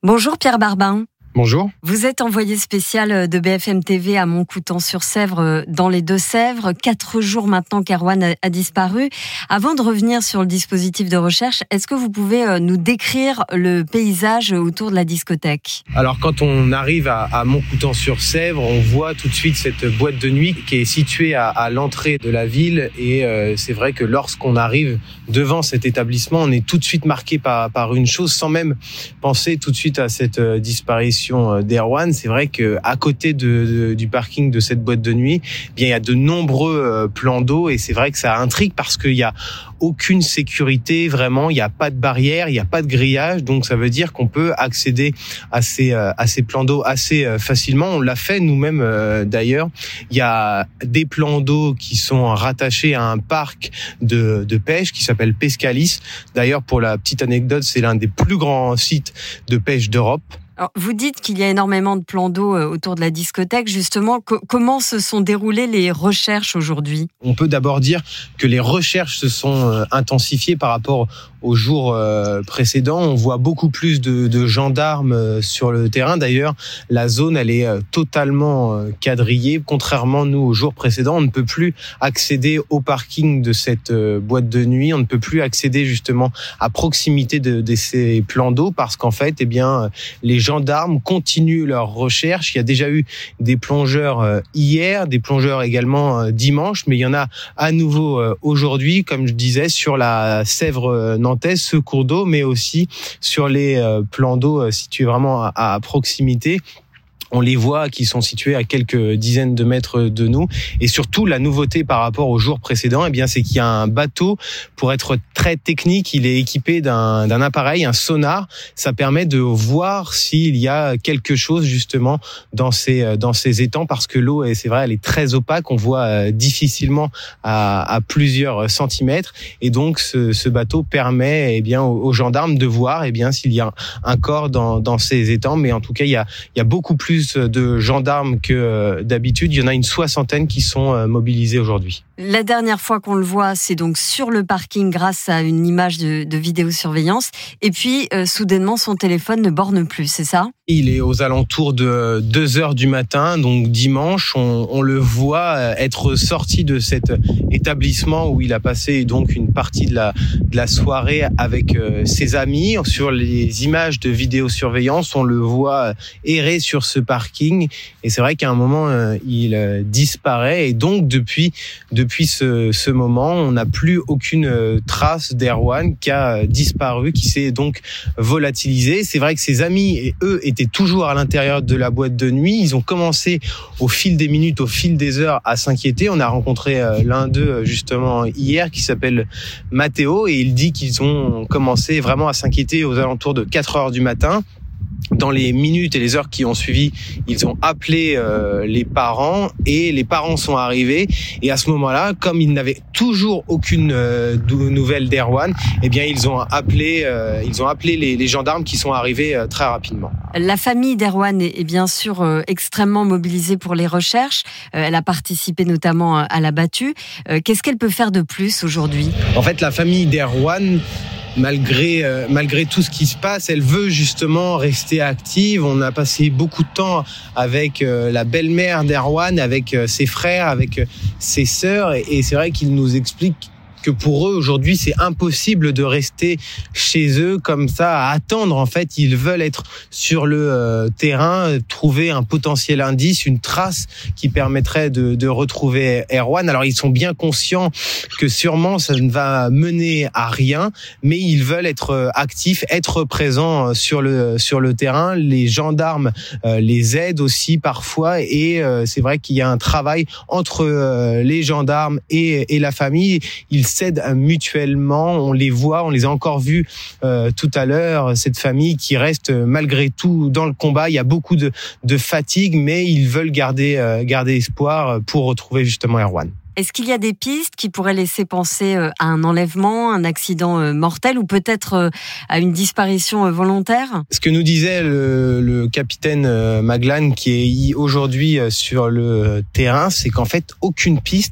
Bonjour Pierre Barbin. Bonjour. Vous êtes envoyé spécial de B F M T V à Montcoutan-sur-Sèvre, dans les Deux-Sèvres. Quatre jours maintenant qu'Erwan a disparu. Avant de revenir sur le dispositif de recherche, est-ce que vous pouvez nous décrire le paysage autour de la discothèque ? Alors, quand on arrive à, à Montcoutan-sur-Sèvre, on voit tout de suite cette boîte de nuit qui est située à, à l'entrée de la ville. Et euh, c'est vrai que lorsqu'on arrive devant cet établissement, on est tout de suite marqué par, par une chose, sans même penser tout de suite à cette euh, disparition d'Erwan. C'est vrai que à côté de, de, du parking de cette boîte de nuit, eh bien il y a de nombreux euh, plans d'eau et c'est vrai que ça intrigue parce qu'il y a aucune sécurité, vraiment, il n'y a pas de barrière, il n'y a pas de grillage, donc ça veut dire qu'on peut accéder à ces, euh, à ces plans d'eau assez euh, facilement. On l'a fait nous-mêmes euh, d'ailleurs. Il y a des plans d'eau qui sont rattachés à un parc de, de pêche qui s'appelle Pescalis. D'ailleurs, pour la petite anecdote, c'est l'un des plus grands sites de pêche d'Europe. Alors, vous dites qu'il y a énormément de plans d'eau autour de la discothèque. Justement, co- comment se sont déroulées les recherches aujourd'hui ? On peut d'abord dire que les recherches se sont intensifiées par rapport aux jours précédents. On voit beaucoup plus de, de gendarmes sur le terrain. D'ailleurs, la zone, elle est totalement quadrillée. Contrairement, nous, aux jours précédents, on ne peut plus accéder au parking de cette boîte de nuit. On ne peut plus accéder justement à proximité de, de ces plans d'eau parce qu'en fait, eh bien, les gendarmes continuent leurs recherches. Il y a déjà eu des plongeurs hier, des plongeurs également dimanche, mais il y en a à nouveau aujourd'hui, comme je disais, sur la Sèvre nantaise, ce cours d'eau, mais aussi sur les plans d'eau situés vraiment à, à proximité. On les voit qui sont situés à quelques dizaines de mètres de nous. Et surtout, la nouveauté par rapport aux jours précédents, eh bien, c'est qu'il y a un bateau. Pour être très technique, il est équipé d'un, d'un appareil, un sonar. Ça permet de voir s'il y a quelque chose, justement, dans ces, dans ces étangs, parce que l'eau, c'est vrai, elle est très opaque. On voit difficilement à, à plusieurs centimètres. Et donc, ce, ce bateau permet, eh bien, aux, aux gendarmes de voir, eh bien, s'il y a un corps dans, dans ces étangs. Mais en tout cas, il y a, il y a beaucoup plus de gendarmes que d'habitude. Il y en a une soixantaine qui sont mobilisés aujourd'hui. La dernière fois qu'on le voit, c'est donc sur le parking grâce à une image de, de vidéosurveillance. Et puis, euh, soudainement, son téléphone ne borne plus, c'est ça ? Il est aux alentours de deux heures du matin, donc dimanche. On, on le voit être sorti de cet établissement où il a passé donc une partie de la, de la soirée avec euh, ses amis. Sur les images de vidéosurveillance, on le voit errer sur ce parking. Et c'est vrai qu'à un moment, euh, il euh, disparaît. Et donc, depuis, depuis ce, ce moment, on n'a plus aucune euh, trace d'Erwan qui a disparu, qui s'est donc volatilisé. C'est vrai que ses amis et eux étaient toujours à l'intérieur de la boîte de nuit. Ils ont commencé au fil des minutes, au fil des heures à s'inquiéter. On a rencontré euh, l'un d'eux justement hier qui s'appelle Mathéo et il dit qu'ils ont commencé vraiment à s'inquiéter aux alentours de quatre heures du matin. Dans les minutes et les heures qui ont suivi, ils ont appelé euh, les parents et les parents sont arrivés. Et à ce moment-là, comme ils n'avaient toujours aucune euh, nouvelle d'Erwan, eh bien ils ont appelé, euh, ils ont appelé les, les gendarmes qui sont arrivés euh, très rapidement. La famille d'Erwan est, est bien sûr euh, extrêmement mobilisée pour les recherches. Euh, elle a participé notamment à la battue. Euh, qu'est-ce qu'elle peut faire de plus aujourd'hui ? En fait, la famille d'Erwan, malgré euh, malgré tout ce qui se passe, elle veut justement rester active. On a passé beaucoup de temps avec euh, la belle-mère d'Erwan, avec euh, ses frères, avec euh, ses sœurs, et, et c'est vrai qu'ils nous expliquent que pour eux, aujourd'hui, c'est impossible de rester chez eux comme ça, à attendre. En fait, ils veulent être sur le euh, terrain, trouver un potentiel indice, une trace qui permettrait de, de retrouver Erwan. Alors, ils sont bien conscients que sûrement, ça ne va mener à rien, mais ils veulent être actifs, être présents sur le, sur le terrain. Les gendarmes euh, les aident aussi parfois, et euh, c'est vrai qu'il y a un travail entre euh, les gendarmes et, et la famille. Ils s'aident mutuellement, on les voit, on les a encore vus euh, tout à l'heure, cette famille qui reste malgré tout dans le combat. Il y a beaucoup de, de fatigue, mais ils veulent garder, euh, garder espoir pour retrouver justement Erwan. Est-ce qu'il y a des pistes qui pourraient laisser penser à un enlèvement, un accident mortel ou peut-être à une disparition volontaire ? Ce que nous disait le, le capitaine Maglan qui est aujourd'hui sur le terrain, c'est qu'en fait, aucune piste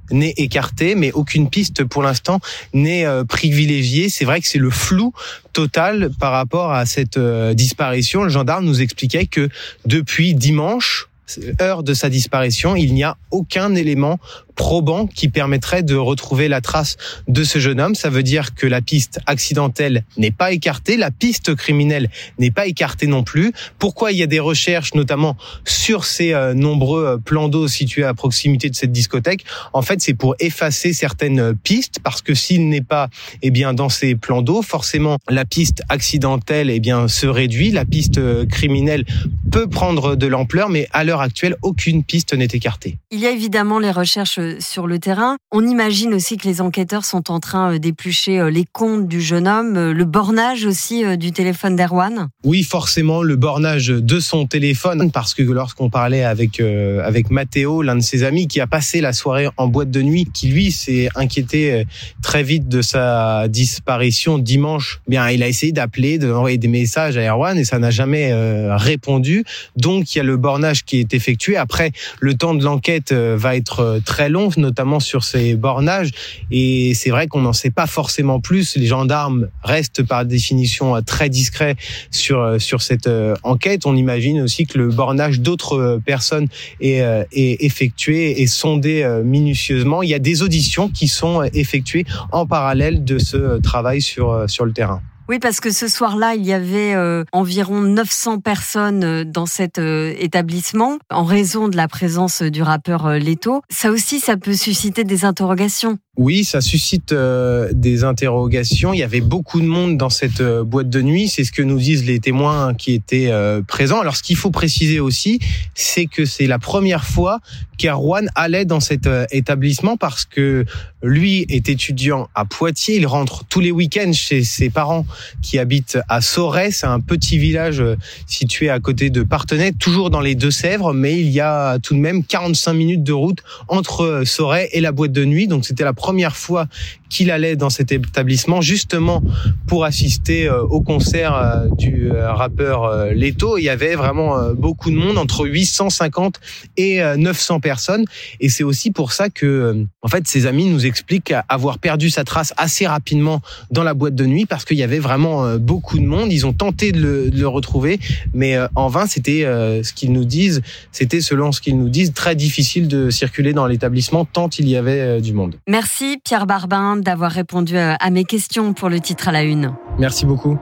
n'est écartée, mais aucune piste pour l'instant n'est euh, privilégiée. C'est vrai que c'est le flou total par rapport à cette euh, disparition. Le gendarme nous expliquait que depuis dimanche, heure de sa disparition, il n'y a aucun élément probant qui permettrait de retrouver la trace de ce jeune homme. Ça veut dire que la piste accidentelle n'est pas écartée, la piste criminelle n'est pas écartée non plus. Pourquoi il y a des recherches, notamment sur ces euh, nombreux plans d'eau situés à proximité de cette discothèque? En fait, c'est pour effacer certaines pistes, parce que s'il n'est pas, eh bien, dans ces plans d'eau, forcément, la piste accidentelle, eh bien, se réduit. La piste criminelle peut prendre de l'ampleur, mais à l'heure actuelle, aucune piste n'est écartée. Il y a évidemment les recherches sur le terrain. On imagine aussi que les enquêteurs sont en train d'éplucher les comptes du jeune homme, le bornage aussi du téléphone d'Erwan. Oui, forcément, le bornage de son téléphone, parce que lorsqu'on parlait avec euh, avec Mathéo, l'un de ses amis qui a passé la soirée en boîte de nuit, qui lui s'est inquiété très vite de sa disparition dimanche, bien il a essayé d'appeler, d'envoyer des messages à Erwan et ça n'a jamais euh, répondu. Donc il y a le bornage qui est effectué. Après, le temps de l'enquête va être très long, notamment sur ces bornages, et c'est vrai qu'on n'en sait pas forcément plus. Les gendarmes restent par définition très discrets sur sur cette enquête. On imagine aussi que le bornage d'autres personnes est, est effectué et sondé minutieusement. Il y a des auditions qui sont effectuées en parallèle de ce travail sur sur le terrain. Oui, parce que ce soir-là, il y avait euh, environ neuf cents personnes dans cet euh, établissement en raison de la présence du rappeur euh, Leto. Ça aussi, ça peut susciter des interrogations. Oui, ça suscite euh, des interrogations. Il y avait beaucoup de monde dans cette euh, boîte de nuit. C'est ce que nous disent les témoins qui étaient euh, présents. Alors, ce qu'il faut préciser aussi, c'est que c'est la première fois qu'Erwan allait dans cet euh, établissement, parce que lui est étudiant à Poitiers. Il rentre tous les week-ends chez ses parents qui habitent à Sauret. C'est un petit village euh, situé à côté de Parthenay, toujours dans les Deux-Sèvres, mais il y a tout de même quarante-cinq minutes de route entre Sauret et la boîte de nuit. Donc, c'était la première fois qu'il allait dans cet établissement, justement pour assister au concert du rappeur Leto. Il y avait vraiment beaucoup de monde, entre huit cent cinquante et neuf cents personnes. Et c'est aussi pour ça que, en fait, ses amis nous expliquent avoir perdu sa trace assez rapidement dans la boîte de nuit, parce qu'il y avait vraiment beaucoup de monde. Ils ont tenté de le, de le retrouver, mais en vain. C'était ce qu'ils nous disent. C'était, selon ce qu'ils nous disent, très difficile de circuler dans l'établissement tant il y avait du monde. Merci Pierre Barbin d'avoir répondu à mes questions pour le titre à la une. Merci beaucoup.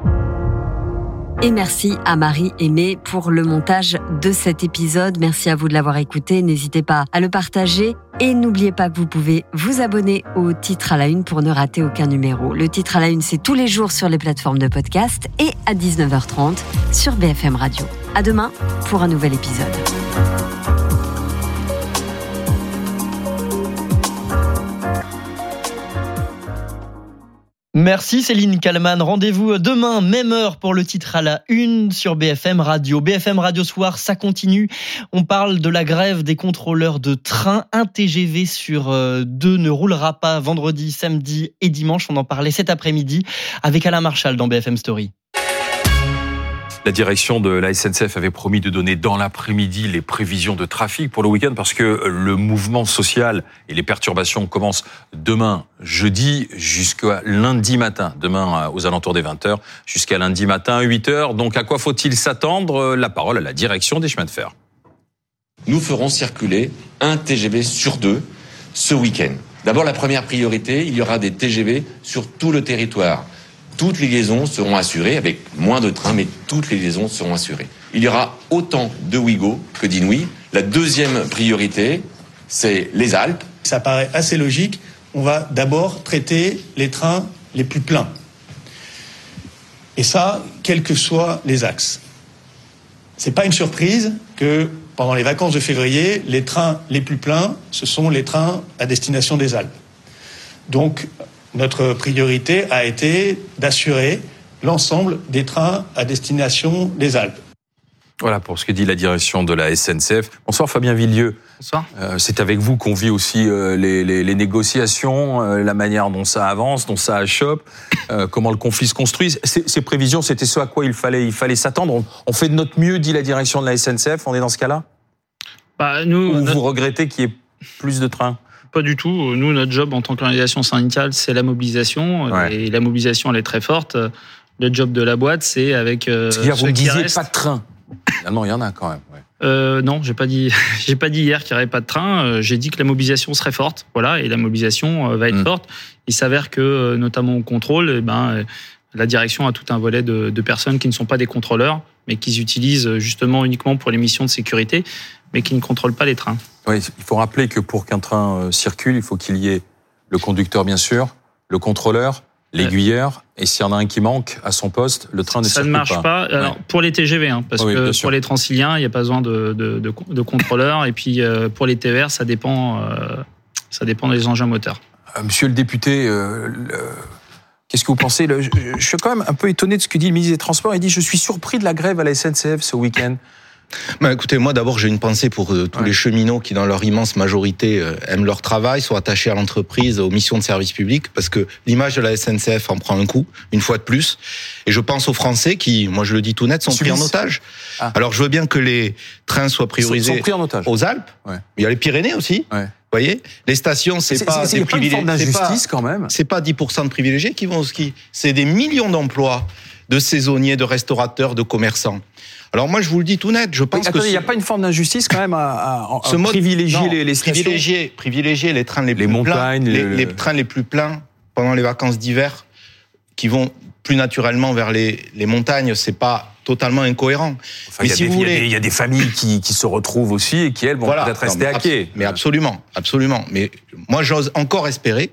Et merci à Marie Aimée pour le montage de cet épisode. Merci à vous de l'avoir écouté. N'hésitez pas à le partager. Et n'oubliez pas que vous pouvez vous abonner au titre à la une pour ne rater aucun numéro. Le titre à la une, c'est tous les jours sur les plateformes de podcast et à dix-neuf heures trente sur B F M Radio. À demain pour un nouvel épisode. Merci Céline Kallmann. Rendez-vous demain, même heure, pour le titre à la une sur B F M Radio. B F M Radio Soir, ça continue. On parle de la grève des contrôleurs de train. Un T G V sur deux ne roulera pas vendredi, samedi et dimanche. On en parlait cet après-midi avec Alain Marchal dans B F M Story. La direction de la S N C F avait promis de donner dans l'après-midi les prévisions de trafic pour le week-end, parce que le mouvement social et les perturbations commencent demain, jeudi, jusqu'à lundi matin. Demain, aux alentours des vingt heures, jusqu'à lundi matin, huit heures. Donc, à quoi faut-il s'attendre? La parole à la direction des chemins de fer. Nous ferons circuler un T G V sur deux ce week-end. D'abord, la première priorité, il y aura des T G V sur tout le territoire. Toutes les liaisons seront assurées, avec moins de trains, mais toutes les liaisons seront assurées. Il y aura autant de Ouigo que d'Inouï. La deuxième priorité, c'est les Alpes. Ça paraît assez logique. On va d'abord traiter les trains les plus pleins. Et ça, quels que soient les axes. C'est pas une surprise que pendant les vacances de février, les trains les plus pleins, ce sont les trains à destination des Alpes. Donc, notre priorité a été d'assurer l'ensemble des trains à destination des Alpes. Voilà pour ce que dit la direction de la S N C F. Bonsoir Fabien Villieu. Bonsoir. Euh, c'est avec vous qu'on vit aussi euh, les, les, les négociations, euh, la manière dont ça avance, dont ça achoppe, euh, comment le conflit se construit. Ces, ces prévisions, c'était ce à quoi il fallait, il fallait s'attendre. On, on fait de notre mieux, dit la direction de la S N C F. On est dans ce cas-là ? Bah, nous, Ou notre... vous regrettez qu'il y ait plus de trains ? Pas du tout. Nous, notre job en tant qu'organisation syndicale, c'est la mobilisation. Ouais. Et la mobilisation, elle est très forte. Le job de la boîte, c'est avec euh, ceux vous qui disiez restent. Pas de train. Finalement, il y en a quand même. Ouais. Euh, non, j'ai pas dit. J'ai pas dit hier qu'il n'y aurait pas de train. J'ai dit que la mobilisation serait forte. Voilà, et la mobilisation va être mmh. forte. Il s'avère que, notamment au contrôle, eh ben, la direction a tout un volet de, de personnes qui ne sont pas des contrôleurs, mais qui utilisent justement uniquement pour les missions de sécurité, mais qui ne contrôlent pas les trains. Oui, il faut rappeler que pour qu'un train circule, il faut qu'il y ait le conducteur, bien sûr, le contrôleur, l'aiguilleur, et s'il y en a un qui manque à son poste, le train ne ça circule pas. Ça ne marche pas. pas. Alors, ouais. Pour les T G V, hein, parce oui, que pour les Transiliens, il n'y a pas besoin de, de, de, de contrôleurs, et puis euh, pour les T E R, ça dépend, euh, ça dépend des engins moteurs. Euh, monsieur le député, euh, le... qu'est-ce que vous pensez ? Je, je suis quand même un peu étonné de ce que dit le ministre des Transports. Il dit « Je suis surpris de la grève à la S N C F ce week-end ». Bah, écoutez, moi d'abord j'ai une pensée pour euh, tous ouais. les cheminots qui dans leur immense majorité euh, aiment leur travail, sont attachés à l'entreprise, aux missions de service public, parce que l'image de la S N C F en prend un coup, une fois de plus. Et je pense aux Français qui, moi je le dis tout net, sont Suisse. pris en otage. Ah. Alors je veux bien que les trains soient priorisés sont, sont pris en otage. aux Alpes, ouais. il y a les Pyrénées aussi. Ouais. Vous voyez, les stations, c'est, c'est pas c'est, des privilégiés. C'est pas une forme d'injustice quand même. C'est pas dix pour cent de privilégiés qui vont au ski. C'est des millions d'emplois de saisonniers, de restaurateurs, de commerçants. Alors moi, je vous le dis tout net, je pense oui, attendez, que... il n'y a pas une forme d'injustice quand même à, à, à ce privilégier mode, non, les, les stations privilégier, privilégier les trains les, les plus montagnes, pleins, les, le... les trains les plus pleins pendant les vacances d'hiver, qui vont plus naturellement vers les, les montagnes, c'est pas totalement incohérent. Enfin, mais si des, vous voulez... Il y, y a des familles qui, qui se retrouvent aussi et qui, elles, vont voilà, peut-être rester à quai. Mais absolument, absolument. Mais moi, j'ose encore espérer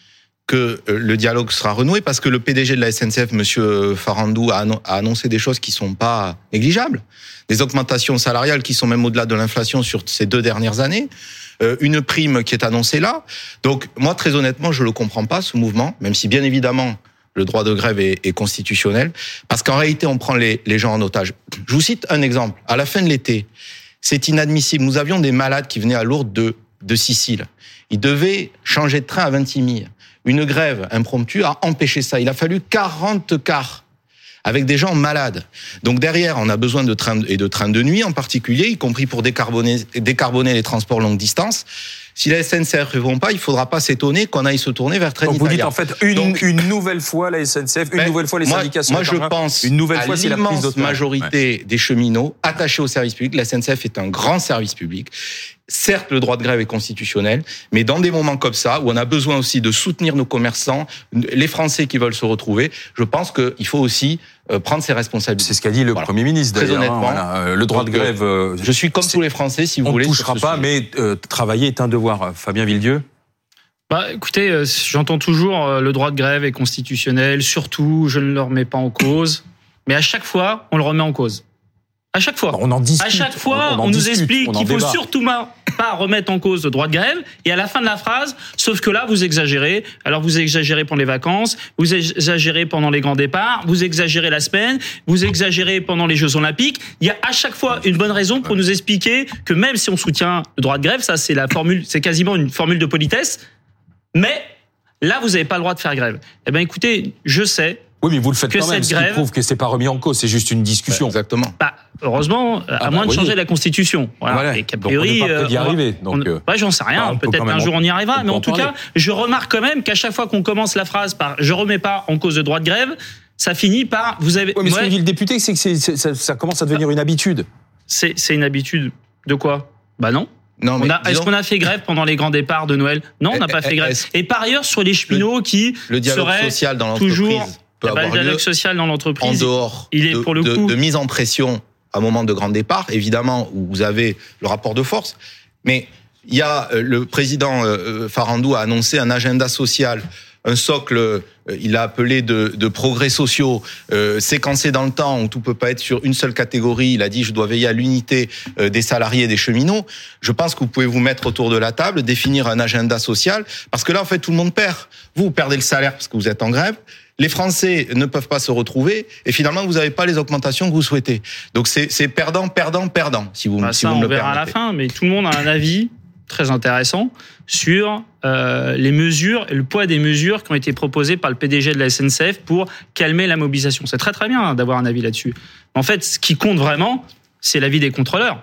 que le dialogue sera renoué, parce que le P D G de la S N C F, Monsieur Farandou, a annoncé des choses qui sont pas négligeables. Des augmentations salariales qui sont même au-delà de l'inflation sur ces deux dernières années. Euh, une prime qui est annoncée là. Donc, moi, très honnêtement, je le comprends pas, ce mouvement, même si, bien évidemment, le droit de grève est, est constitutionnel, parce qu'en réalité, on prend les, les gens en otage. Je vous cite un exemple. À la fin de l'été, c'est inadmissible. Nous avions des malades qui venaient à Lourdes de, de Sicile. Ils devaient changer de train à Vintimille. Une grève impromptue a empêché ça. Il a fallu quarante cars avec des gens malades. Donc derrière, on a besoin de trains et de trains de nuit en particulier, y compris pour décarboner, décarboner les transports longue distance. Si la S N C F ne répond pas, il ne faudra pas s'étonner qu'on aille se tourner vers Trenitalia. Donc vous dites en fait une, Donc, une nouvelle fois la S N C F, une ben, nouvelle fois les moi, syndicats. Moi, je pense une nouvelle à fois, c'est la prise l'immense majorité ouais. des cheminots attachés au service public. La S N C F est un grand service public. Certes, le droit de grève est constitutionnel, mais dans des moments comme ça, où on a besoin aussi de soutenir nos commerçants, les Français qui veulent se retrouver, je pense qu'il faut aussi prendre ses responsabilités. C'est ce qu'a dit le voilà. Premier ministre, d'ailleurs. Très honnêtement. Hein, voilà. Le droit Donc, de grève... Euh, je suis comme tous les Français, si vous on voulez. On ne touchera pas, mais euh, travailler est un devoir. Fabien Villedieu. Bah, écoutez, euh, j'entends toujours euh, le droit de grève est constitutionnel, surtout, je ne le remets pas en cause, mais à chaque fois, on le remet en cause. À chaque fois. On en discute. À chaque fois, on, on, on nous discute, explique on qu'il faut débat. surtout pas remettre en cause le droit de grève. Et à la fin de la phrase, sauf que là, vous exagérez. Alors, vous exagérez pendant les vacances, vous exagérez pendant les grands départs, vous exagérez la semaine, vous exagérez pendant les Jeux Olympiques. Il y a à chaque fois une bonne raison pour nous expliquer que même si on soutient le droit de grève, ça, c'est la formule, c'est quasiment une formule de politesse. Mais là, vous n'avez pas le droit de faire grève. Eh ben, écoutez, je sais. Oui, mais vous le faites quand même, ce qui prouve que c'est pas remis en cause, c'est juste une discussion. Bah, exactement. Bah, heureusement, ah à bah, moins de oui. changer la Constitution. Voilà. voilà. Et qu'a priori, donc on n'est pas prêt d'y arriver. Donc, on, bah, j'en sais rien. Bah, Peut-être qu'un jour on y arrivera. Mais en tout cas, je remarque quand même qu'à chaque fois qu'on commence la phrase par « je remets pas en cause le droit de grève », ça finit par « vous avez… » Oui, mais ouais, ce que dit le député, c'est que c'est, c'est, ça, ça commence à devenir une habitude. C'est, c'est une habitude de quoi ? Bah non. Non, mais on a, disons... Est-ce qu'on a fait grève pendant les grands départs de Noël ? Non, on n'a pas fait grève. Et par ailleurs, sur les cheminots le, qui le dialogue seraient social dans l'entreprise toujours… peut avoir avoir le dialogue lieu social dans l'entreprise, en dehors il est de, pour le de, coup de mise en pression à un moment de grand départ, évidemment, où vous avez le rapport de force. Mais il y a le président Farandou a annoncé un agenda social, un socle, il l'a appelé de, de progrès sociaux, euh, séquencé dans le temps, où tout peut pas être sur une seule catégorie. Il a dit, je dois veiller à l'unité des salariés et des cheminots. Je pense que vous pouvez vous mettre autour de la table, définir un agenda social, parce que là, en fait, tout le monde perd. Vous, vous perdez le salaire parce que vous êtes en grève. Les Français ne peuvent pas se retrouver, et finalement, vous n'avez pas les augmentations que vous souhaitez. Donc, c'est, c'est perdant, perdant, perdant, si vous, bah, si ça, vous me le permettez. On verra à la fin, mais tout le monde a un avis très intéressant sur euh, les mesures et le poids des mesures qui ont été proposées par le P D G de la S N C F pour calmer la mobilisation. C'est très très bien d'avoir un avis là-dessus. En fait, ce qui compte vraiment, c'est l'avis des contrôleurs.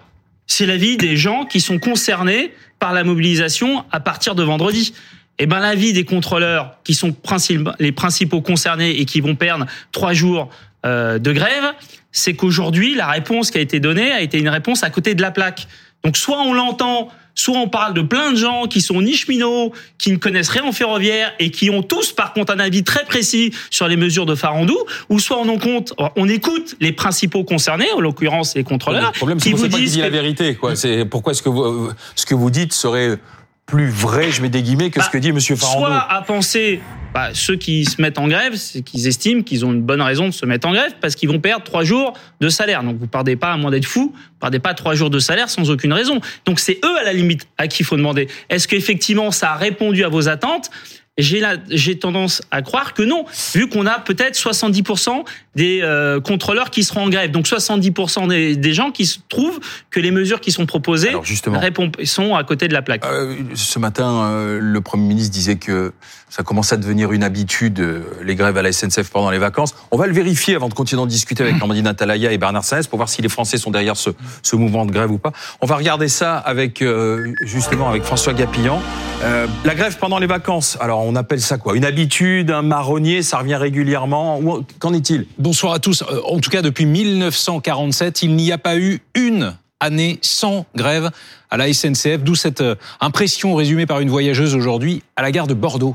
C'est l'avis des gens qui sont concernés par la mobilisation à partir de vendredi. Eh ben, l'avis des contrôleurs qui sont les principaux concernés et qui vont perdre trois jours euh, de grève, c'est qu'aujourd'hui, la réponse qui a été donnée a été une réponse à côté de la plaque. Donc, soit on l'entend, soit on parle de plein de gens qui sont ni cheminots, qui ne connaissent rien en ferroviaire et qui ont tous, par contre, un avis très précis sur les mesures de Farandou, ou soit on en compte, on écoute les principaux concernés, en l'occurrence les contrôleurs, le problème, qui c'est vous pas qui disent dit la vérité, quoi. C'est pourquoi est-ce que vous, ce que vous dites serait plus vrai, je mets des guillemets, que bah, ce que dit Monsieur Farandou. Soit à penser, bah, ceux qui se mettent en grève, c'est qu'ils estiment qu'ils ont une bonne raison de se mettre en grève parce qu'ils vont perdre trois jours de salaire. Donc vous ne perdez pas, à moins d'être fou, vous ne perdez pas trois jours de salaire sans aucune raison. Donc c'est eux à la limite à qui il faut demander. Est-ce qu'effectivement ça a répondu à vos attentes ? J'ai, la, j'ai tendance à croire que non, vu qu'on a peut-être soixante-dix pour cent des euh, contrôleurs qui seront en grève. Donc soixante-dix pour cent des, des gens qui se trouvent que les mesures qui sont proposées répondent, sont à côté de la plaque. Euh, ce matin, euh, le Premier ministre disait que ça commence à devenir une habitude, euh, les grèves à la S N C F pendant les vacances. On va le vérifier avant de continuer d'en discuter avec Amandine Atalaya et Bernard Sanès pour voir si les Français sont derrière ce, ce mouvement de grève ou pas. On va regarder ça avec euh, justement avec François Gapillan. Euh, la grève pendant les vacances, alors on appelle ça quoi ? Une habitude, un marronnier, ça revient régulièrement. Qu'en est-il ? Bonsoir à tous. En tout cas, depuis mille neuf cent quarante-sept, il n'y a pas eu une année sans grève à la S N C F, d'où cette impression résumée par une voyageuse aujourd'hui à la gare de Bordeaux.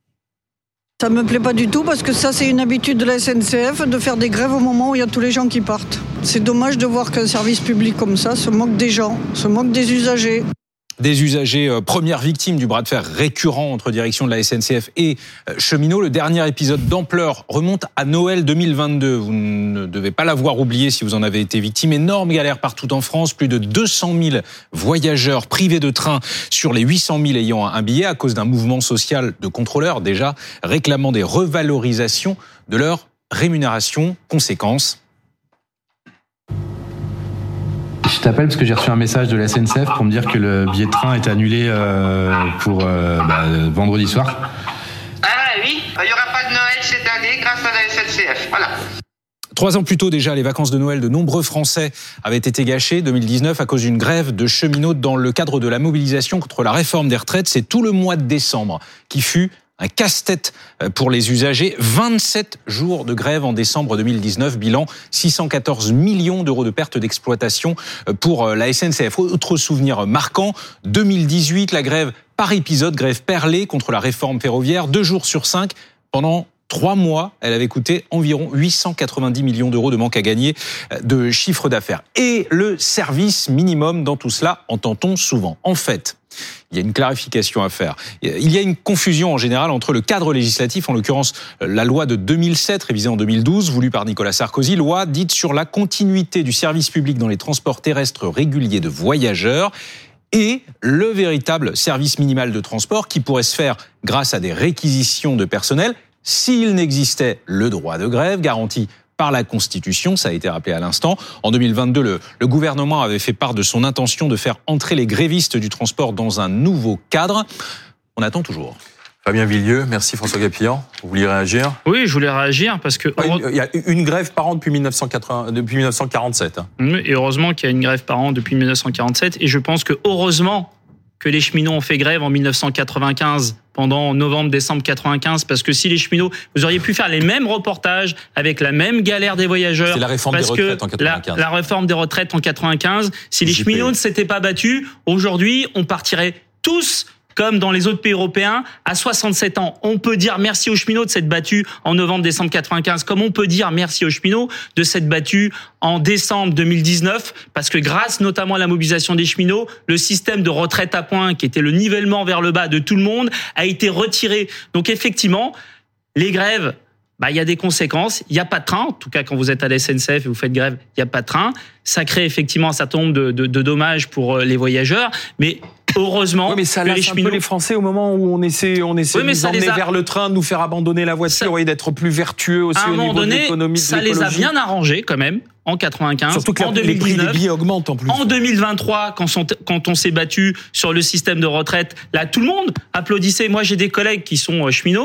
Ça me plaît pas du tout parce que ça c'est une habitude de la S N C F de faire des grèves au moment où il y a tous les gens qui partent. C'est dommage de voir qu'un service public comme ça se moque des gens, se moque des usagers. Des usagers euh, premières victimes du bras de fer récurrent entre direction de la S N C F et euh, cheminots. Le dernier épisode d'ampleur remonte à Noël deux mille vingt-deux. Vous ne devez pas l'avoir oublié si vous en avez été victime. Énorme galère partout en France. Plus de deux cent mille voyageurs privés de train sur les huit cent mille ayant un billet à cause d'un mouvement social de contrôleurs déjà réclamant des revalorisations de leur rémunération. Conséquence. Je t'appelle parce que j'ai reçu un message de la S N C F pour me dire que le billet de train est annulé euh, pour euh, bah, vendredi soir. Ah oui, il n'y aura pas de Noël cette année grâce à la S N C F, voilà. Trois ans plus tôt déjà, les vacances de Noël de nombreux Français avaient été gâchées. deux mille dix-neuf à cause d'une grève de cheminots dans le cadre de la mobilisation contre la réforme des retraites. C'est tout le mois de décembre qui fut un casse-tête pour les usagers. vingt-sept jours de grève en décembre deux mille dix-neuf. Bilan, six cent quatorze millions d'euros de pertes d'exploitation pour la S N C F. Autre souvenir marquant, deux mille dix-huit, la grève par épisode, grève perlée contre la réforme ferroviaire. Deux jours sur cinq, pendant trois mois, elle avait coûté environ huit cent quatre-vingt-dix millions d'euros de manque à gagner de chiffre d'affaires. Et le service minimum dans tout cela, entend-on souvent. En fait, il y a une clarification à faire. Il y a une confusion en général entre le cadre législatif, en l'occurrence la loi de deux mille sept, révisée en deux mille douze, voulue par Nicolas Sarkozy, loi dite sur la continuité du service public dans les transports terrestres réguliers de voyageurs, et le véritable service minimal de transport qui pourrait se faire grâce à des réquisitions de personnel s'il n'existait le droit de grève garanti par la Constitution, ça a été rappelé à l'instant. En deux mille vingt-deux, le, le gouvernement avait fait part de son intention de faire entrer les grévistes du transport dans un nouveau cadre. On attend toujours. Fabien Villieu, merci François Gapillan. Vous vouliez réagir ? Oui, je voulais réagir parce que... Il y a une grève par an depuis, mille neuf cent quatre-vingts, depuis mille neuf cent quarante-sept. Et heureusement qu'il y a une grève par an depuis mille neuf cent quarante-sept. Et je pense que heureusement que les cheminots ont fait grève en mille neuf cent quatre-vingt-quinze, pendant novembre-décembre quatre-vingt-quinze, parce que si les cheminots, vous auriez pu faire les mêmes reportages avec la même galère des voyageurs. C'est la réforme des retraites en quatre-vingt-quinze. La, la réforme des retraites en quatre-vingt-quinze. Si les cheminots ne s'étaient pas battus, aujourd'hui, on partirait tous comme dans les autres pays européens, à soixante-sept ans. On peut dire merci aux cheminots de s'être battus en novembre-décembre quatre-vingt-quinze, comme on peut dire merci aux cheminots de s'être battus en décembre deux mille dix-neuf, parce que grâce notamment à la mobilisation des cheminots, le système de retraite à points, qui était le nivellement vers le bas de tout le monde, a été retiré. Donc effectivement, les grèves, bah, il y a des conséquences. Il n'y a pas de train. En tout cas, quand vous êtes à la S N C F et vous faites grève, il n'y a pas de train. Ça crée effectivement un certain nombre de, de, de dommages pour les voyageurs. Mais heureusement, oui, mais ça laisse les cheminots... un peu les Français au moment où on essaie, on essaie oui, de nous emmener a... vers le train, de nous faire abandonner la voiture, ça... oui, d'être plus vertueux aussi au niveau donné, de l'économie. Ça de les a bien arrangés quand même. En quatre-vingt-quinze, surtout que en les prix des billets augmentent en plus. En deux mille vingt-trois, quand on, quand on s'est battu sur le système de retraite, là, tout le monde applaudissait. Moi, j'ai des collègues qui sont cheminots.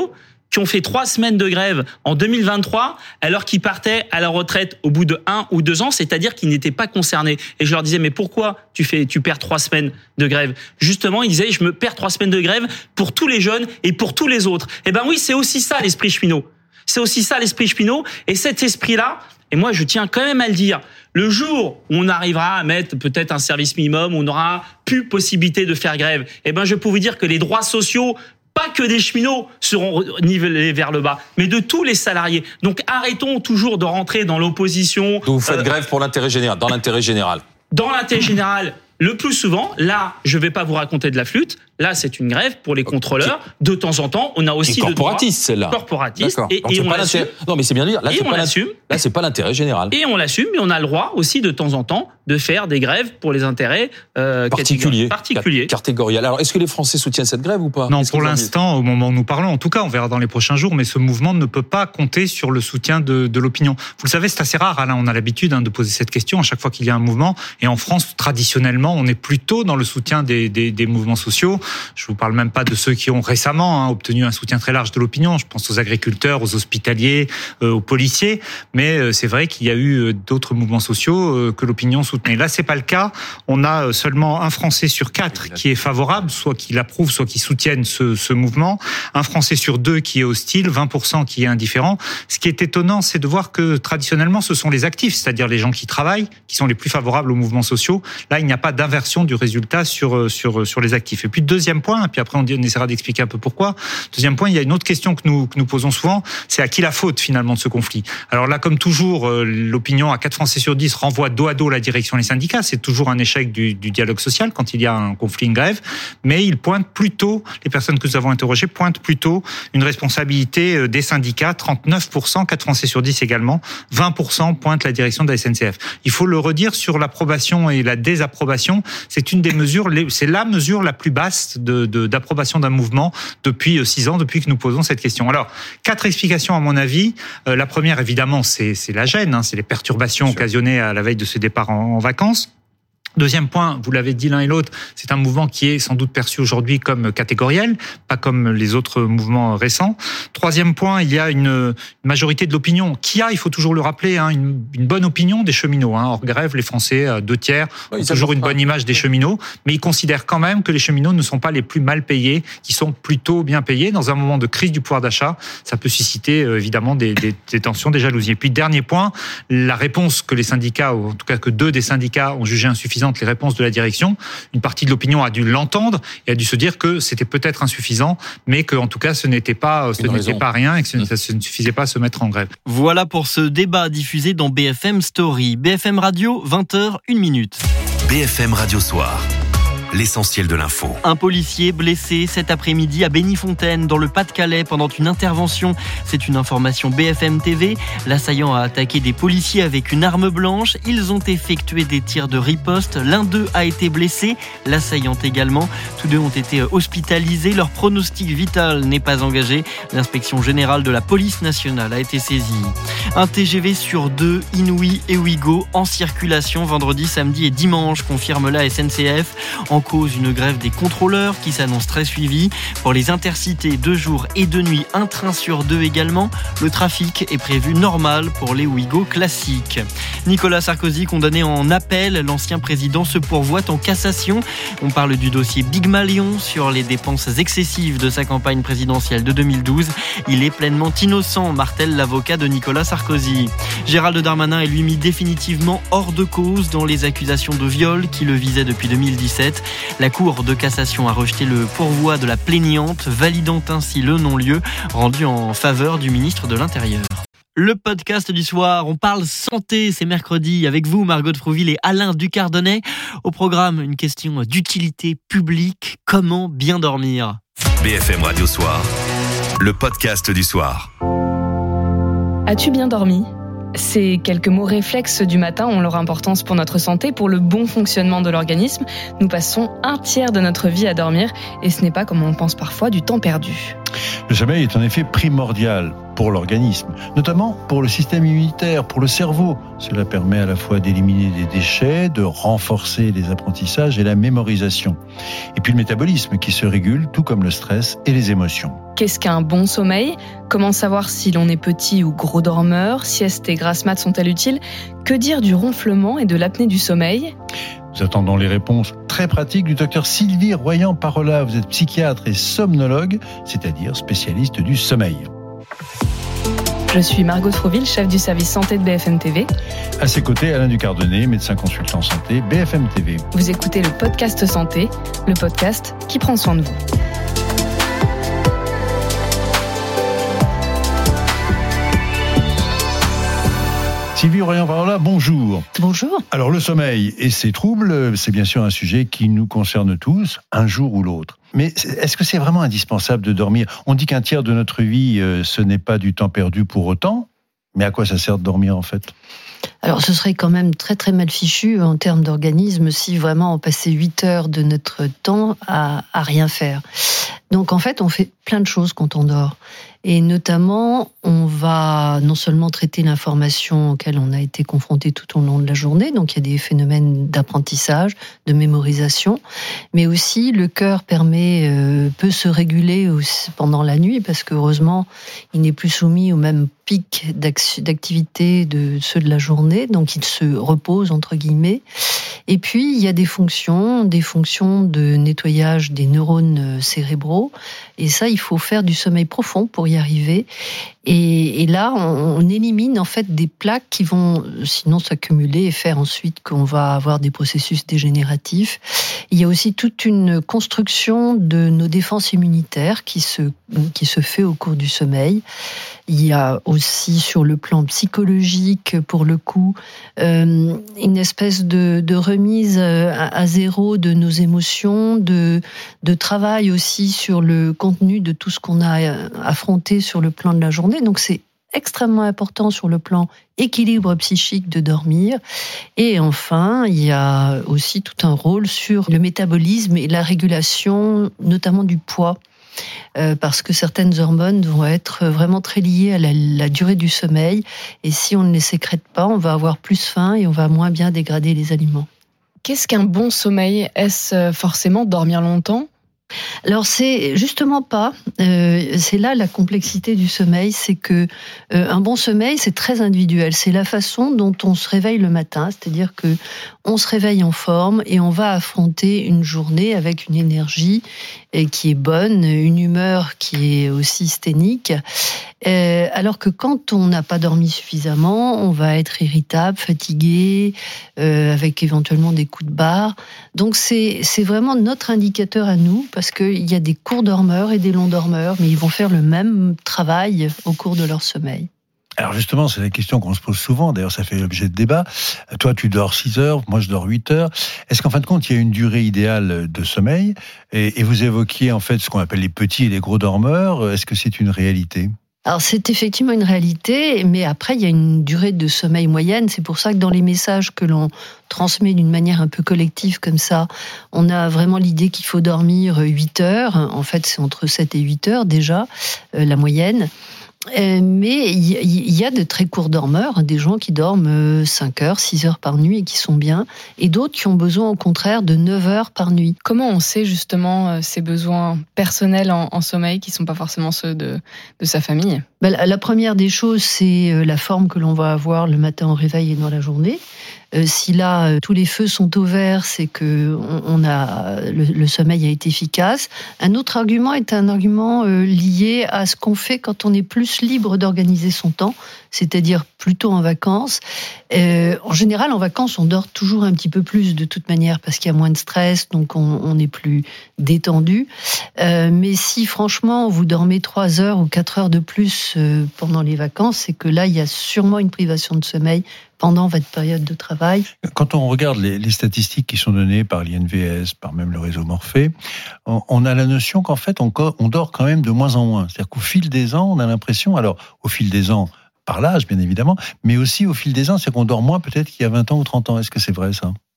qui ont fait trois semaines de grève en deux mille vingt-trois, alors qu'ils partaient à la retraite au bout de un ou deux ans, c'est-à-dire qu'ils n'étaient pas concernés. Et je leur disais, mais pourquoi tu fais, tu perds trois semaines de grève? Justement, ils disaient, je me perds trois semaines de grève pour tous les jeunes et pour tous les autres. Eh ben oui, c'est aussi ça l'esprit cheminot. C'est aussi ça l'esprit cheminot. Et cet esprit-là, et moi je tiens quand même à le dire, le jour où on arrivera à mettre peut-être un service minimum, où on n'aura plus possibilité de faire grève, eh ben je peux vous dire que les droits sociaux, pas que des cheminots, seront nivellés vers le bas, mais de tous les salariés. Donc arrêtons toujours de rentrer dans l'opposition. Donc vous faites euh, grève pour l'intérêt général, dans l'intérêt général. Dans l'intérêt général, le plus souvent, là, je vais pas vous raconter de la flûte. Là, c'est une grève pour les contrôleurs. De temps en temps, on a aussi une corporatiste, celle-là. Corporatiste. Et, et on l'assume. Non, mais c'est bien de dire. Là, et c'est on pas l'assume. Là, c'est pas l'intérêt général. Et on l'assume, mais on a le droit aussi de temps en temps de faire des grèves pour les intérêts euh, particuliers. Particuliers. Catégoriels. Alors, est-ce que les Français soutiennent cette grève ou pas? Non, pour l'instant, au moment où nous parlons, en tout cas, on verra dans les prochains jours, mais ce mouvement ne peut pas compter sur le soutien de, de l'opinion. Vous le savez, c'est assez rare, Alain, on a l'habitude hein, de poser cette question à chaque fois qu'il y a un mouvement. Et en France, traditionnellement, on est plutôt dans le soutien des, des, des mouvements sociaux. Je vous parle même pas de ceux qui ont récemment hein, obtenu un soutien très large de l'opinion. Je pense aux agriculteurs, aux hospitaliers, euh, aux policiers. Mais euh, c'est vrai qu'il y a eu euh, d'autres mouvements sociaux euh, que l'opinion soutenait. Là, c'est pas le cas. On a euh, seulement un Français sur quatre qui est favorable, soit qui l'approuve, soit qui soutienne ce, ce mouvement. Un Français sur deux qui est hostile, vingt pour cent qui est indifférent. Ce qui est étonnant, c'est de voir que traditionnellement, ce sont les actifs, c'est-à-dire les gens qui travaillent, qui sont les plus favorables aux mouvements sociaux. Là, il n'y a pas d'inversion du résultat sur sur sur les actifs. Et puis deuxième point, et puis après on, dit, on essaiera d'expliquer un peu pourquoi. Deuxième point, il y a une autre question que nous que nous posons souvent, c'est à qui la faute finalement de ce conflit. Alors là, comme toujours, l'opinion à quatre Français sur dix renvoie dos à dos la direction des syndicats. C'est toujours un échec du, du dialogue social quand il y a un conflit, une grève. Mais il pointe plutôt, les personnes que nous avons interrogées pointent plutôt une responsabilité des syndicats. trente-neuf pour cent, quatre Français sur dix également. vingt pour cent pointent la direction de la S N C F. Il faut le redire sur l'approbation et la désapprobation. C'est une des mesures, c'est la mesure la plus basse de, de, d'approbation d'un mouvement depuis six ans, depuis que nous posons cette question. Alors, quatre explications à mon avis. Euh, la première, évidemment, c'est, c'est la gêne, hein, c'est les perturbations occasionnées à la veille de ce départ en, en vacances. Deuxième point, vous l'avez dit l'un et l'autre, c'est un mouvement qui est sans doute perçu aujourd'hui comme catégoriel, pas comme les autres mouvements récents. Troisième point, il y a une majorité de l'opinion qui a, il faut toujours le rappeler, hein, une, une bonne opinion des cheminots. Hein. Hors grève, les Français, deux tiers, ont toujours une bonne image des cheminots, mais ils considèrent quand même que les cheminots ne sont pas les plus mal payés, qui sont plutôt bien payés. Dans un moment de crise du pouvoir d'achat, ça peut susciter euh, évidemment des, des, des tensions, des jalousies. Et puis dernier point, la réponse que les syndicats, ou en tout cas que deux des syndicats ont jugé insuffisante, les réponses de la direction. Une partie de l'opinion a dû l'entendre et a dû se dire que c'était peut-être insuffisant, mais que en tout cas ce n'était pas, ce n'était pas rien et que ce, ça ne suffisait pas à se mettre en grève. Voilà pour ce débat diffusé dans B F M Story. B F M Radio, vingt heures, une minute. B F M Radio Soir. L'essentiel de l'info. Un policier blessé cet après-midi à Bénifontaine, dans le Pas-de-Calais, pendant une intervention. C'est une information B F M T V. L'assaillant a attaqué des policiers avec une arme blanche. Ils ont effectué des tirs de riposte. L'un d'eux a été blessé, l'assaillant également. Tous deux ont été hospitalisés. Leur pronostic vital n'est pas engagé. L'inspection générale de la police nationale a été saisie. Un T G V sur deux, Inouï et Ouigo, en circulation vendredi, samedi et dimanche, confirme la S N C F. En cause, une grève des contrôleurs qui s'annonce très suivie. Pour les intercités, deux jours et deux nuits, un train sur deux également. Le trafic est prévu normal pour les Ouigo classiques. Nicolas Sarkozy condamné en appel. L'ancien président se pourvoit en cassation. On parle du dossier Big Malion sur les dépenses excessives de sa campagne présidentielle de deux mille douze. Il est pleinement innocent, martèle l'avocat de Nicolas Sarkozy. Gérald Darmanin est lui mis définitivement hors de cause dans les accusations de viol qui le visaient depuis deux mille dix-sept. La Cour de cassation a rejeté le pourvoi de la plaignante, validant ainsi le non-lieu rendu en faveur du ministre de l'Intérieur. Le podcast du soir, on parle santé, c'est mercredi, avec vous Margot de Frouville et Alain Ducardonnet. Au programme, une question d'utilité publique, comment bien dormir ? B F M Radio Soir, le podcast du soir. As-tu bien dormi ? Ces quelques mots réflexes du matin ont leur importance pour notre santé, pour le bon fonctionnement de l'organisme. Nous passons un tiers de notre vie à dormir et ce n'est pas, comme on le pense parfois, du temps perdu. Le sommeil est en effet primordial pour l'organisme, notamment pour le système immunitaire, pour le cerveau. Cela permet à la fois d'éliminer des déchets, de renforcer les apprentissages et la mémorisation. Et puis le métabolisme qui se régule, tout comme le stress et les émotions. Qu'est-ce qu'un bon sommeil ? Comment savoir si l'on est petit ou gros dormeur ? Sieste et grasse mat sont-elles utiles ? Que dire du ronflement et de l'apnée du sommeil ? Nous attendons les réponses très pratiques du docteur Sylvie Royan-Parola. Vous êtes psychiatre et somnologue, c'est-à-dire spécialiste du sommeil. Je suis Margot Trouville, chef du service santé de B F M T V. À ses côtés, Alain Ducardonnet, médecin consultant santé, B F M T V. Vous écoutez le podcast santé, le podcast qui prend soin de vous. Sylvie Royan-Parola, bonjour. Bonjour. Alors le sommeil et ses troubles, c'est bien sûr un sujet qui nous concerne tous, un jour ou l'autre. Mais est-ce que c'est vraiment indispensable de dormir ? On dit qu'un tiers de notre vie, ce n'est pas du temps perdu pour autant, mais à quoi ça sert de dormir en fait ? Alors ce serait quand même très très mal fichu en termes d'organisme si vraiment on passait huit heures de notre temps à, à rien faire. Donc en fait on fait plein de choses quand on dort. Et notamment, on va non seulement traiter l'information auquel on a été confronté tout au long de la journée, donc il y a des phénomènes d'apprentissage, de mémorisation, mais aussi le cœur permet, euh, peut se réguler aussi pendant la nuit, parce qu'heureusement, il n'est plus soumis au même pic d'activité de ceux de la journée, donc il se repose, entre guillemets. Et puis, il y a des fonctions, des fonctions de nettoyage des neurones cérébraux, et ça, il faut faire du sommeil profond pour y arriver. Et, et là, on, on élimine en fait des plaques qui vont sinon s'accumuler et faire ensuite qu'on va avoir des processus dégénératifs. Il y a aussi toute une construction de nos défenses immunitaires qui se, qui se fait au cours du sommeil. Il y a aussi sur le plan psychologique, pour le coup, euh, une espèce de, de remise à, à zéro de nos émotions, de, de travail aussi sur le contenu de tout ce qu'on a affronté sur le plan de la journée. Donc c'est extrêmement important sur le plan équilibre psychique de dormir. Et enfin, il y a aussi tout un rôle sur le métabolisme et la régulation, notamment du poids. Euh, parce que certaines hormones vont être vraiment très liées à la, la durée du sommeil. Et si on ne les sécrète pas, on va avoir plus faim et on va moins bien dégrader les aliments. Qu'est-ce qu'un bon sommeil ? Est-ce forcément dormir longtemps ? Alors c'est justement pas, euh, c'est là la complexité du sommeil, c'est que euh, un bon sommeil c'est très individuel, c'est la façon dont on se réveille le matin, c'est-à-dire que on se réveille en forme et on va affronter une journée avec une énergie qui est bonne, une humeur qui est aussi sténique, euh, alors que quand on n'a pas dormi suffisamment, on va être irritable, fatigué, euh, avec éventuellement des coups de barre. Donc c'est c'est vraiment notre indicateur à nous, parce qu'il y a des courts dormeurs et des longs dormeurs, mais ils vont faire le même travail au cours de leur sommeil. Alors justement, c'est la question qu'on se pose souvent, d'ailleurs ça fait l'objet de débat. Toi tu dors six heures, moi je dors huit heures. Est-ce qu'en fin de compte il y a une durée idéale de sommeil ? et, et vous évoquiez en fait ce qu'on appelle les petits et les gros dormeurs. Est-ce que c'est une réalité ? Alors c'est effectivement une réalité, mais après il y a une durée de sommeil moyenne. C'est pour ça que dans les messages que l'on transmet d'une manière un peu collective comme ça, on a vraiment l'idée qu'il faut dormir huit heures. En fait c'est entre sept et huit heures déjà, euh, la moyenne. Euh, mais il y, y a de très courts dormeurs, des gens qui dorment cinq heures, six heures par nuit et qui sont bien, et d'autres qui ont besoin au contraire de neuf heures par nuit. Comment on sait justement ces besoins personnels en, en sommeil qui ne sont pas forcément ceux de, de sa famille ? Ben, la, la première des choses, c'est la forme que l'on va avoir le matin au réveil et dans la journée. Euh, si là, euh, tous les feux sont au vert, c'est que on, on a le, le sommeil a été efficace. Un autre argument est un argument euh, lié à ce qu'on fait quand on est plus libre d'organiser son temps, c'est-à-dire plutôt en vacances. Euh, en général, en vacances, on dort toujours un petit peu plus de toute manière parce qu'il y a moins de stress, donc on, on est plus détendu. Euh, mais si franchement vous dormez trois heures ou quatre heures de plus euh, pendant les vacances, c'est que là, il y a sûrement une privation de sommeil pendant votre période de travail. Quand on regarde les, les statistiques qui sont données par l'I N V S, par même le réseau Morphée, on, on a la notion qu'en fait, on, on dort quand même de moins en moins. C'est-à-dire qu'au fil des ans, on a l'impression, alors au fil des ans, par l'âge bien évidemment, mais aussi au fil des ans, c'est qu'on dort moins peut-être qu'il y a vingt ans ou trente ans. Est-ce que c'est vrai ça ?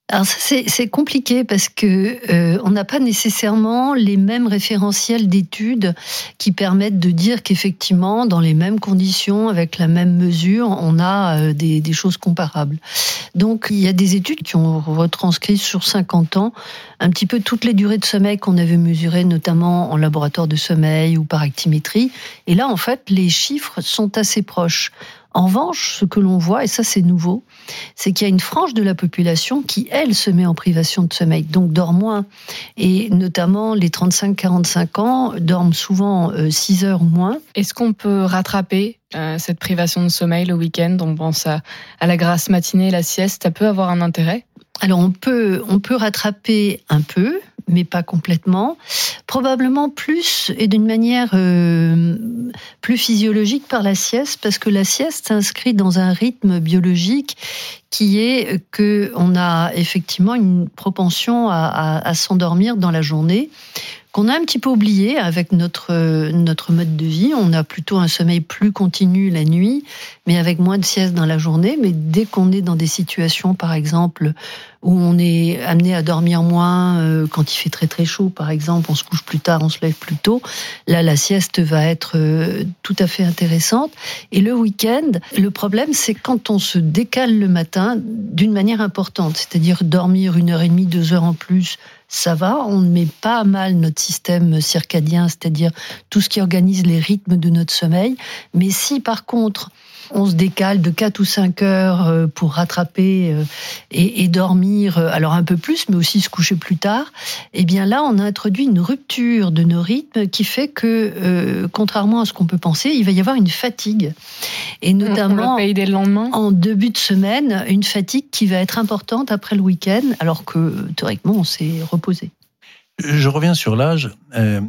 Alors ça, c'est, c'est compliqué parce que euh, on n'a pas nécessairement les mêmes référentiels d'études qui permettent de dire qu'effectivement, dans les mêmes conditions, avec la même mesure, on a euh, des, des choses comparables. Donc il y a des études qui ont retranscrit sur cinquante ans un petit peu toutes les durées de sommeil qu'on avait mesurées, notamment en laboratoire de sommeil ou par actimétrie. Et là, en fait, les chiffres sont assez proches. En revanche, ce que l'on voit, et ça c'est nouveau, c'est qu'il y a une frange de la population qui, elle, se met en privation de sommeil, donc dort moins. Et notamment, les trente-cinq à quarante-cinq ans dorment souvent six heures ou moins. Est-ce qu'on peut rattraper euh, cette privation de sommeil le week-end ? On pense à, à la grasse matinée, la sieste, ça peut avoir un intérêt ? Alors on peut, on peut rattraper un peu, mais pas complètement. Probablement plus et d'une manière euh, plus physiologique par la sieste, parce que la sieste s'inscrit dans un rythme biologique qui est que on a effectivement une propension à, à, à s'endormir dans la journée, qu'on a un petit peu oublié avec notre, notre mode de vie. On a plutôt un sommeil plus continu la nuit, mais avec moins de sieste dans la journée. Mais dès qu'on est dans des situations, par exemple, où on est amené à dormir moins, euh, quand il fait très très chaud, par exemple, on se couche plus tard, on se lève plus tôt, là, la sieste va être euh, tout à fait intéressante. Et le week-end, le problème, c'est quand on se décale le matin d'une manière importante, c'est-à-dire dormir une heure et demie, deux heures en plus, ça va, on ne met pas à mal notre système circadien, c'est-à-dire tout ce qui organise les rythmes de notre sommeil. Mais si, par contre, on se décale de quatre ou cinq heures pour rattraper et, et dormir, alors un peu plus, mais aussi se coucher plus tard, eh bien là, on a introduit une rupture de nos rythmes qui fait que, euh, contrairement à ce qu'on peut penser, il va y avoir une fatigue. Et notamment, on le paye dès le lendemain. En début de semaine, une fatigue qui va être importante après le week-end, alors que, théoriquement, on s'est reposé. Je reviens sur l'âge. Euh...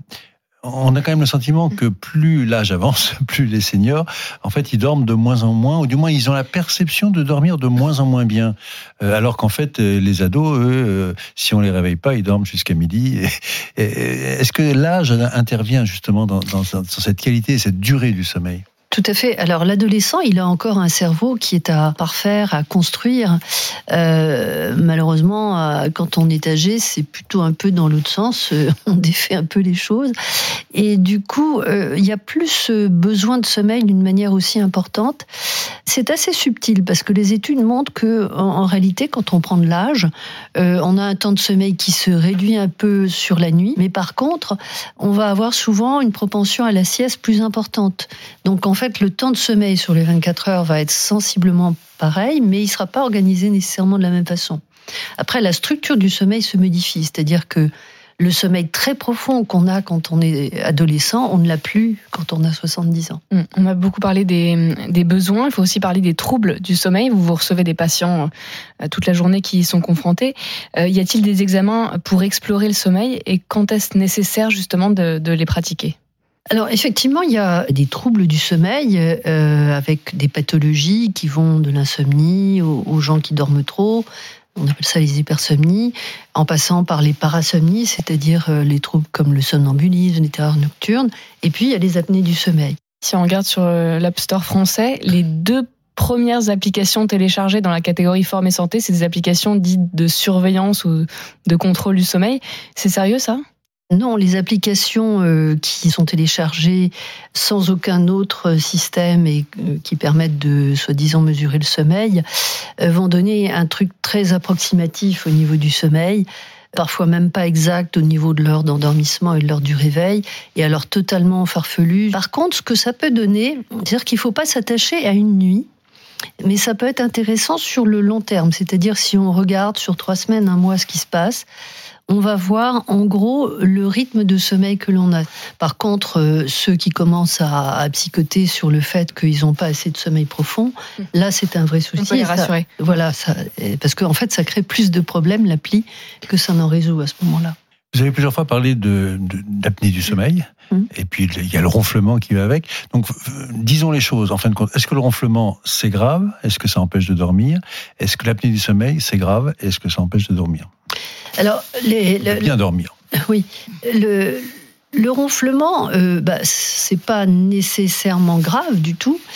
On a quand même le sentiment que plus l'âge avance, plus les seniors, en fait, ils dorment de moins en moins, ou du moins, ils ont la perception de dormir de moins en moins bien. Euh, alors qu'en fait, les ados, eux, euh, si on les réveille pas, ils dorment jusqu'à midi. Et, et, est-ce que l'âge intervient justement dans, dans, dans cette qualité et cette durée du sommeil ? Tout à fait. Alors l'adolescent, il a encore un cerveau qui est à parfaire, à construire. Euh, malheureusement, quand on est âgé, c'est plutôt un peu dans l'autre sens. On défait un peu les choses. Et du coup, euh, il y a plus besoin de sommeil d'une manière aussi importante. C'est assez subtil parce que les études montrent que, en, en réalité, quand on prend de l'âge, euh, on a un temps de sommeil qui se réduit un peu sur la nuit. Mais par contre, on va avoir souvent une propension à la sieste plus importante. Donc en En fait, le temps de sommeil sur les vingt-quatre heures va être sensiblement pareil, mais il ne sera pas organisé nécessairement de la même façon. Après, la structure du sommeil se modifie, c'est-à-dire que le sommeil très profond qu'on a quand on est adolescent, on ne l'a plus quand on a soixante-dix ans. On a beaucoup parlé des, des besoins, il faut aussi parler des troubles du sommeil. Vous, vous recevez des patients toute la journée qui y sont confrontés. Euh, y a-t-il des examens pour explorer le sommeil et quand est-ce nécessaire justement de, de les pratiquer ? Alors effectivement, il y a des troubles du sommeil euh, avec des pathologies qui vont de l'insomnie aux, aux gens qui dorment trop. On appelle ça les hypersomnies, en passant par les parasomnies, c'est-à-dire les troubles comme le somnambulisme, les terreurs nocturnes. Et puis il y a les apnées du sommeil. Si on regarde sur l'App Store français, les deux premières applications téléchargées dans la catégorie forme et santé, c'est des applications dites de surveillance ou de contrôle du sommeil. C'est sérieux ça ? Non, les applications euh, qui sont téléchargées sans aucun autre système et euh, qui permettent de, soi-disant, mesurer le sommeil, euh, vont donner un truc très approximatif au niveau du sommeil, parfois même pas exact au niveau de l'heure d'endormissement et de l'heure du réveil, et alors totalement farfelu. Par contre, ce que ça peut donner, c'est-à-dire qu'il ne faut pas s'attacher à une nuit, mais ça peut être intéressant sur le long terme, c'est-à-dire si on regarde sur trois semaines, un mois ce qui se passe, on va voir en gros le rythme de sommeil que l'on a. Par contre, euh, ceux qui commencent à, à psychoter sur le fait qu'ils n'ont pas assez de sommeil profond, là c'est un vrai souci. On peut les rassurer. Ça, voilà, ça, parce qu'en fait ça crée plus de problèmes, l'appli, que ça n'en résout à ce moment-là. Vous avez plusieurs fois parlé de, de, d'apnée du sommeil, mmh. et puis il y a le ronflement qui va avec. Donc, disons les choses, en fin de compte. Est-ce que le ronflement, c'est grave ? Est-ce que ça empêche de dormir ? Est-ce que l'apnée du sommeil, c'est grave ? Est-ce que ça empêche de dormir ? Alors, les, le, bien dormir. Oui. Le, le ronflement, euh, bah, c'est pas nécessairement grave du tout,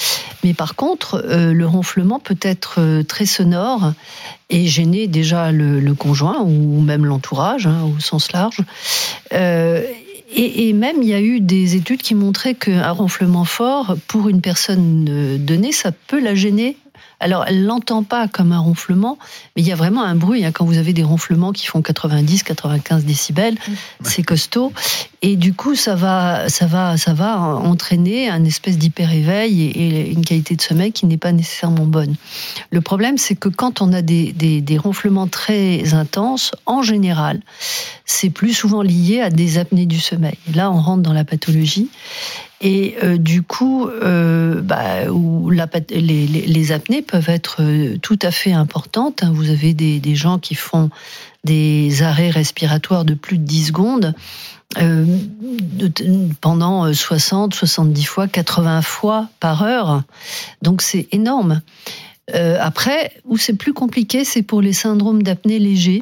Mais par contre, euh, le ronflement peut être euh, très sonore et gêner déjà le, le conjoint ou même l'entourage, hein, au sens large. Euh, et, et même, il y a eu des études qui montraient qu'un ronflement fort, pour une personne donnée, ça peut la gêner. Alors, elle l'entend pas comme un ronflement, mais il y a vraiment un bruit. Hein, quand vous avez des ronflements qui font quatre-vingt-dix, quatre-vingt-quinze décibels, c'est costaud. Et du coup, ça va, ça va, ça va entraîner un espèce d'hyper-éveil et, et une qualité de sommeil qui n'est pas nécessairement bonne. Le problème, c'est que quand on a des, des, des ronflements très intenses, en général, c'est plus souvent lié à des apnées du sommeil. Et là, on rentre dans la pathologie. Et euh, du coup, euh, bah, où la, les, les, les apnées peuvent être tout à fait importantes. Hein. Vous avez des, des gens qui font des arrêts respiratoires de plus de dix secondes euh, de, pendant soixante, soixante-dix fois, quatre-vingts fois par heure. Donc c'est énorme. Euh, après, où c'est plus compliqué, c'est pour les syndromes d'apnée légers,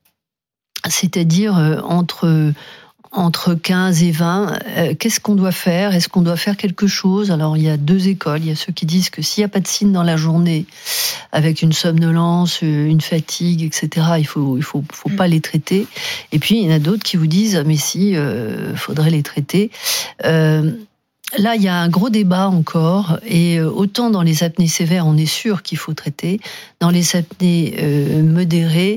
c'est-à-dire euh, entre... entre quinze et vingt, euh, qu'est-ce qu'on doit faire ? Est-ce qu'on doit faire quelque chose ? Alors, il y a deux écoles. Il y a ceux qui disent que s'il n'y a pas de signe dans la journée, avec une somnolence, une fatigue, et cetera, il faut, il faut, faut pas les traiter. Et puis, il y en a d'autres qui vous disent, mais si, euh, faudrait les traiter. Euh, Là, il y a un gros débat encore, et autant dans les apnées sévères, on est sûr qu'il faut traiter. Dans les apnées euh, modérées,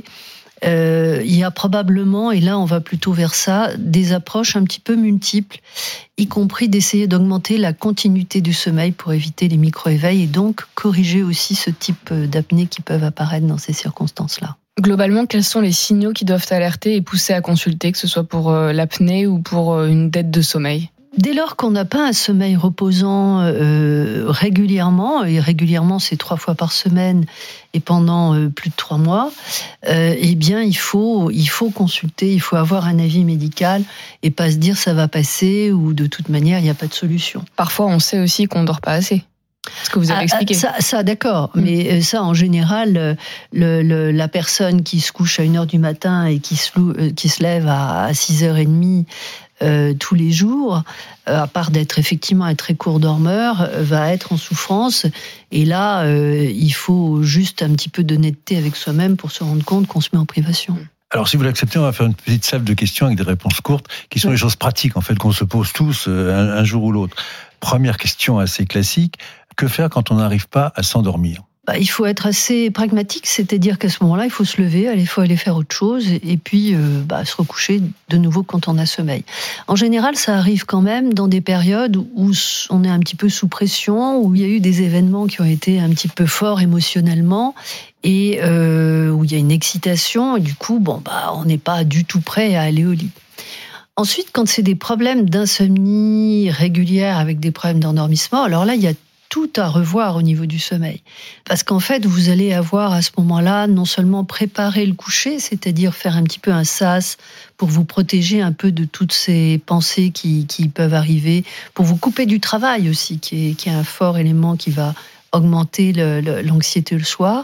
Euh, il y a probablement, et là on va plutôt vers ça, des approches un petit peu multiples, y compris d'essayer d'augmenter la continuité du sommeil pour éviter les micro-éveils et donc corriger aussi ce type d'apnées qui peuvent apparaître dans ces circonstances-là. Globalement, quels sont les signaux qui doivent alerter et pousser à consulter, que ce soit pour l'apnée ou pour une dette de sommeil ? Dès lors qu'on n'a pas un sommeil reposant euh, régulièrement, et régulièrement c'est trois fois par semaine et pendant euh, plus de trois mois, euh, eh bien il faut, il faut consulter, il faut avoir un avis médical et pas se dire ça va passer ou de toute manière il n'y a pas de solution. Parfois on sait aussi qu'on ne dort pas assez. Ce que vous avez expliqué. Ça, ça d'accord, mmh. mais ça, en général, le, le, la personne qui se couche à une heure du matin et qui se, qui se lève à, à six heures trente euh, tous les jours, euh, à part d'être effectivement un très court dormeur, euh, va être en souffrance. Et là, euh, il faut juste un petit peu d'honnêteté avec soi-même pour se rendre compte qu'on se met en privation. Alors, si vous l'acceptez, on va faire une petite salve de questions avec des réponses courtes, qui sont oui. les choses pratiques, en fait, qu'on se pose tous un, un jour ou l'autre. Première question assez classique. Que faire quand on n'arrive pas à s'endormir ? Bah, il faut être assez pragmatique, c'est-à-dire qu'à ce moment-là, il faut se lever, il faut aller faire autre chose, et puis euh, bah, se recoucher de nouveau quand on a sommeil. En général, ça arrive quand même dans des périodes où on est un petit peu sous pression, où il y a eu des événements qui ont été un petit peu forts émotionnellement, et euh, où il y a une excitation, et du coup, bon, bah, on n'est pas du tout prêt à aller au lit. Ensuite, quand c'est des problèmes d'insomnie régulière avec des problèmes d'endormissement, alors là, il y a tout à revoir au niveau du sommeil. Parce qu'en fait, vous allez avoir à ce moment-là non seulement préparer le coucher, c'est-à-dire faire un petit peu un sas pour vous protéger un peu de toutes ces pensées qui, qui peuvent arriver, pour vous couper du travail aussi, qui est, qui est un fort élément qui va augmenter le, le, l'anxiété le soir,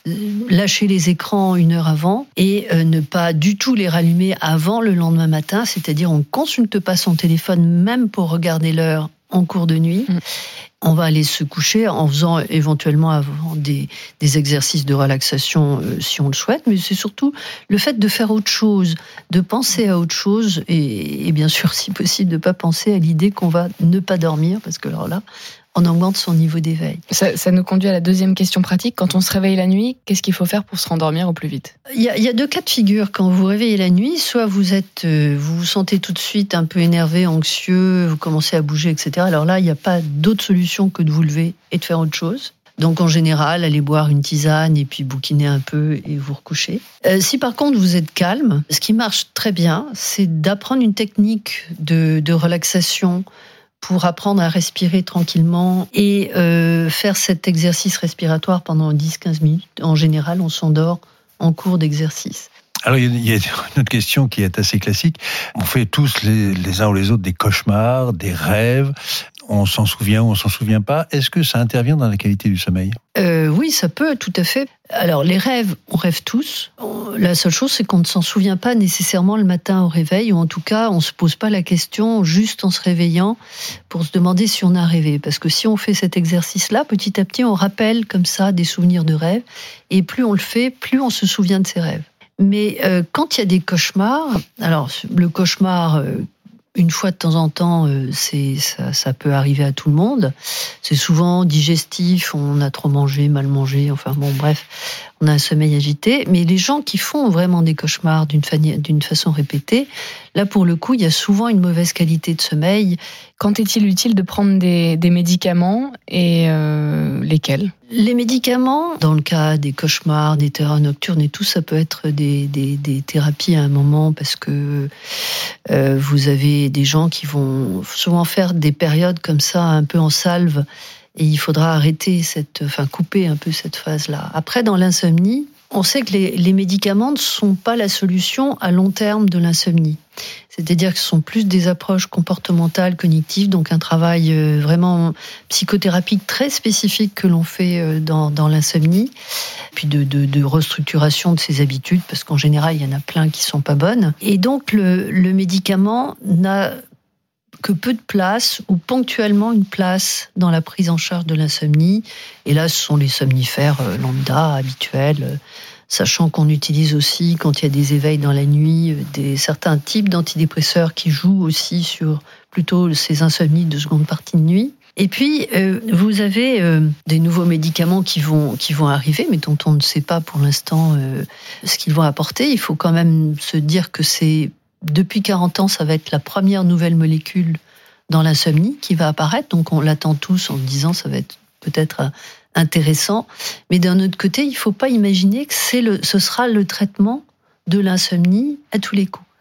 lâcher les écrans une heure avant et euh, ne pas du tout les rallumer avant le lendemain matin, c'est-à-dire on ne consulte pas son téléphone même pour regarder l'heure en cours de nuit. Mmh. On va aller se coucher en faisant éventuellement avant des, des exercices de relaxation euh, si on le souhaite, mais c'est surtout le fait de faire autre chose, de penser à autre chose et, et bien sûr, si possible, de ne pas penser à l'idée qu'on va ne pas dormir, parce que alors là, on augmente son niveau d'éveil. Ça, ça nous conduit à la deuxième question pratique. Quand on se réveille la nuit, qu'est-ce qu'il faut faire pour se rendormir au plus vite ? Il y a, il y a deux cas de figure. Quand vous vous réveillez la nuit, soit vous êtes, euh, vous vous sentez tout de suite un peu énervé, anxieux, vous commencez à bouger, et cetera. Alors là, il n'y a pas d'autre solution que de vous lever et de faire autre chose. Donc en général, allez boire une tisane et puis bouquiner un peu et vous recoucher. Euh, si par contre vous êtes calme, ce qui marche très bien, c'est d'apprendre une technique de, de relaxation pour apprendre à respirer tranquillement et euh, faire cet exercice respiratoire pendant dix à quinze minutes. En général, on s'endort en cours d'exercice. Alors, il y a une autre question qui est assez classique. On fait tous les, les uns ou les autres des cauchemars, des rêves. on s'en souvient ou on s'en souvient pas. Est-ce que ça intervient dans la qualité du sommeil ? euh, Oui, ça peut, tout à fait. Alors, les rêves, on rêve tous. La seule chose, c'est qu'on ne s'en souvient pas nécessairement le matin au réveil, ou en tout cas, on ne se pose pas la question juste en se réveillant pour se demander si on a rêvé. Parce que si on fait cet exercice-là, petit à petit, on rappelle comme ça des souvenirs de rêve, et plus on le fait, plus on se souvient de ses rêves. Mais euh, quand il y a des cauchemars, alors le cauchemar... Euh, Une fois de temps en temps, c'est, ça, ça peut arriver à tout le monde. C'est souvent digestif, on a trop mangé, mal mangé, enfin bon, bref, on a un sommeil agité. Mais les gens qui font vraiment des cauchemars d'une, fa- d'une façon répétée, là, pour le coup, il y a souvent une mauvaise qualité de sommeil. Quand est-il utile de prendre des, des médicaments et euh, lesquels ? Les médicaments, dans le cas des cauchemars, des terreurs nocturnes et tout, ça peut être des, des, des thérapies à un moment parce que euh, vous avez des gens qui vont souvent faire des périodes comme ça, un peu en salve, et il faudra arrêter cette, enfin couper un peu cette phase-là. Après, dans l'insomnie, on sait que les, les médicaments ne sont pas la solution à long terme de l'insomnie. C'est-à-dire que ce sont plus des approches comportementales, cognitives, donc un travail vraiment psychothérapique très spécifique que l'on fait dans, dans l'insomnie, puis de, de, de restructuration de ses habitudes, parce qu'en général, il y en a plein qui sont pas bonnes. Et donc, le, le médicament n'a que peu de place ou ponctuellement une place dans la prise en charge de l'insomnie. Et là, ce sont les somnifères lambda, habituels, sachant qu'on utilise aussi, quand il y a des éveils dans la nuit, des, certains types d'antidépresseurs qui jouent aussi sur plutôt ces insomnies de seconde partie de nuit. Et puis, euh, vous avez euh, des nouveaux médicaments qui vont, qui vont arriver, mais dont on ne sait pas pour l'instant euh, ce qu'ils vont apporter. Il faut quand même se dire que c'est, depuis quarante ans, ça va être la première nouvelle molécule dans l'insomnie qui va apparaître. Donc, on l'attend tous en se disant ça va être peut-être intéressant. Mais d'un autre côté, il ne faut pas imaginer que c'est le, ce sera le traitement de l'insomnie à tous les coups.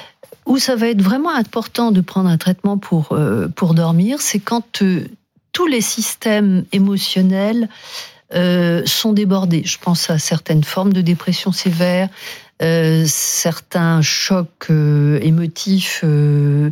Où ça va être vraiment important de prendre un traitement pour, euh, pour dormir, c'est quand euh, tous les systèmes émotionnels euh, sont débordés. Je pense à certaines formes de dépression sévère, euh, certains chocs euh, émotifs euh,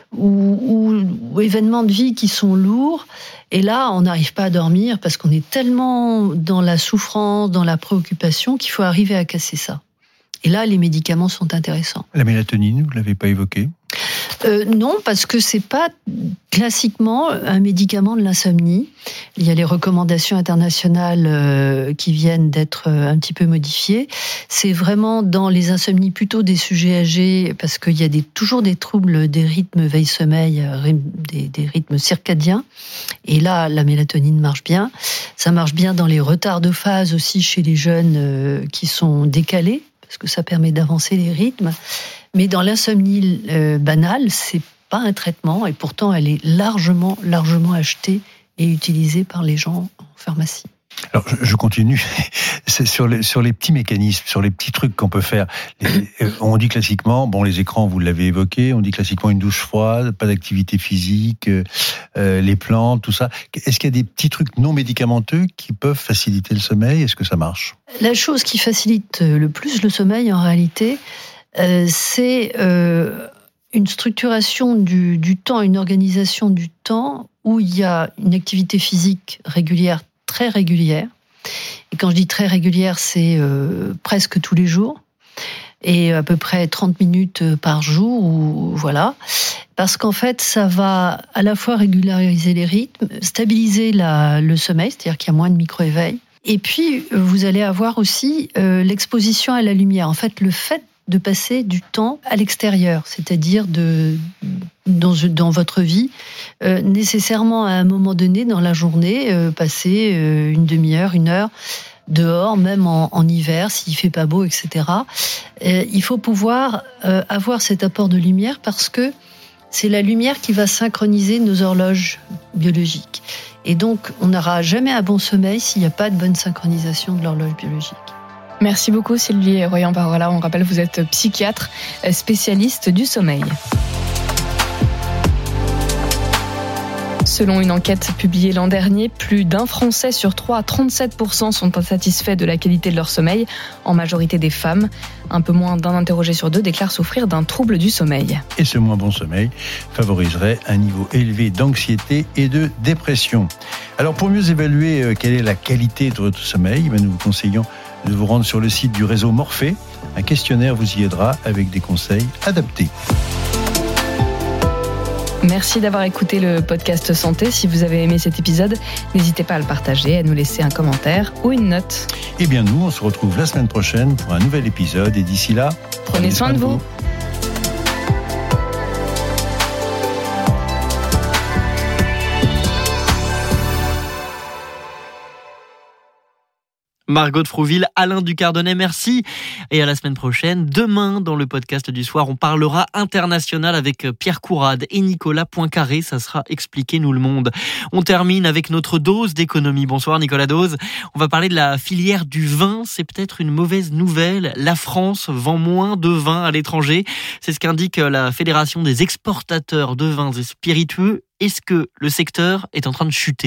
ou, ou, ou événements de vie qui sont lourds. Et là, on n'arrive pas à dormir parce qu'on est tellement dans la souffrance, dans la préoccupation qu'il faut arriver à casser ça. Et là, les médicaments sont intéressants. La mélatonine, vous ne l'avez pas évoquée ? euh, Non, parce que c'est pas classiquement un médicament de l'insomnie. Il y a les recommandations internationales euh, qui viennent d'être un petit peu modifiées. C'est vraiment dans les insomnies plutôt des sujets âgés, parce qu'il y a des, toujours des troubles des rythmes veille-sommeil, des, des rythmes circadiens. Et là, la mélatonine marche bien. Ça marche bien dans les retards de phase aussi chez les jeunes euh, qui sont décalés, parce que ça permet d'avancer les rythmes. Mais dans l'insomnie euh, banale, c'est pas un traitement, et pourtant elle est largement, largement achetée et utilisée par les gens en pharmacie. Alors, je continue. C'est sur les, sur les petits mécanismes, sur les petits trucs qu'on peut faire. Les, on dit classiquement, bon, les écrans, vous l'avez évoqué, on dit classiquement une douche froide, pas d'activité physique, euh, les plantes, tout ça. Est-ce qu'il y a des petits trucs non médicamenteux qui peuvent faciliter le sommeil ? Est-ce que ça marche ? La chose qui facilite le plus le sommeil, en réalité, euh, c'est euh, une structuration du, du temps, une organisation du temps où il y a une activité physique régulière, très régulière. Et quand je dis très régulière, c'est euh, presque tous les jours. Et à peu près trente minutes par jour, ou voilà. Parce qu'en fait, ça va à la fois régulariser les rythmes, stabiliser la, le sommeil, c'est-à-dire qu'il y a moins de micro-éveils. Et puis, vous allez avoir aussi euh, l'exposition à la lumière. En fait, le fait de passer du temps à l'extérieur, c'est-à-dire de, dans, dans votre vie, euh, nécessairement à un moment donné dans la journée, euh, passer euh, une demi-heure, une heure dehors, même en, en hiver, s'il fait pas beau, et cetera. Euh, il faut pouvoir euh, avoir cet apport de lumière parce que c'est la lumière qui va synchroniser nos horloges biologiques. Et donc, on n'aura jamais un bon sommeil s'il n'y a pas de bonne synchronisation de l'horloge biologique. Merci beaucoup Sylvie Royan-Parola. On rappelle, vous êtes psychiatre spécialiste du sommeil. Selon une enquête publiée l'an dernier, plus d'un Français sur trois, trente-sept pour cent, sont insatisfaits de la qualité de leur sommeil, en majorité des femmes. Un peu moins d'un interrogé sur deux déclare souffrir d'un trouble du sommeil. Et ce moins bon sommeil favoriserait un niveau élevé d'anxiété et de dépression. Alors pour mieux évaluer quelle est la qualité de votre sommeil, nous vous conseillons de vous rendre sur le site du réseau Morphée. Un questionnaire vous y aidera avec des conseils adaptés. Merci d'avoir écouté le podcast Santé. Si vous avez aimé cet épisode, n'hésitez pas à le partager, à nous laisser un commentaire ou une note. Eh bien nous, on se retrouve la semaine prochaine pour un nouvel épisode et d'ici là, prenez, prenez soin de vous. vous. Margot de Frouville, Alain Ducardonnet, merci. Et à la semaine prochaine. Demain, dans le podcast du soir, on parlera international avec Pierre Courade et Nicolas Poincaré. Ça sera Expliquez-nous le monde. On termine avec notre dose d'économie. Bonsoir Nicolas Dose. On va parler de la filière du vin. C'est peut-être une mauvaise nouvelle. La France vend moins de vin à l'étranger. C'est ce qu'indique la Fédération des exportateurs de vins et spiritueux. Est-ce que le secteur est en train de chuter ?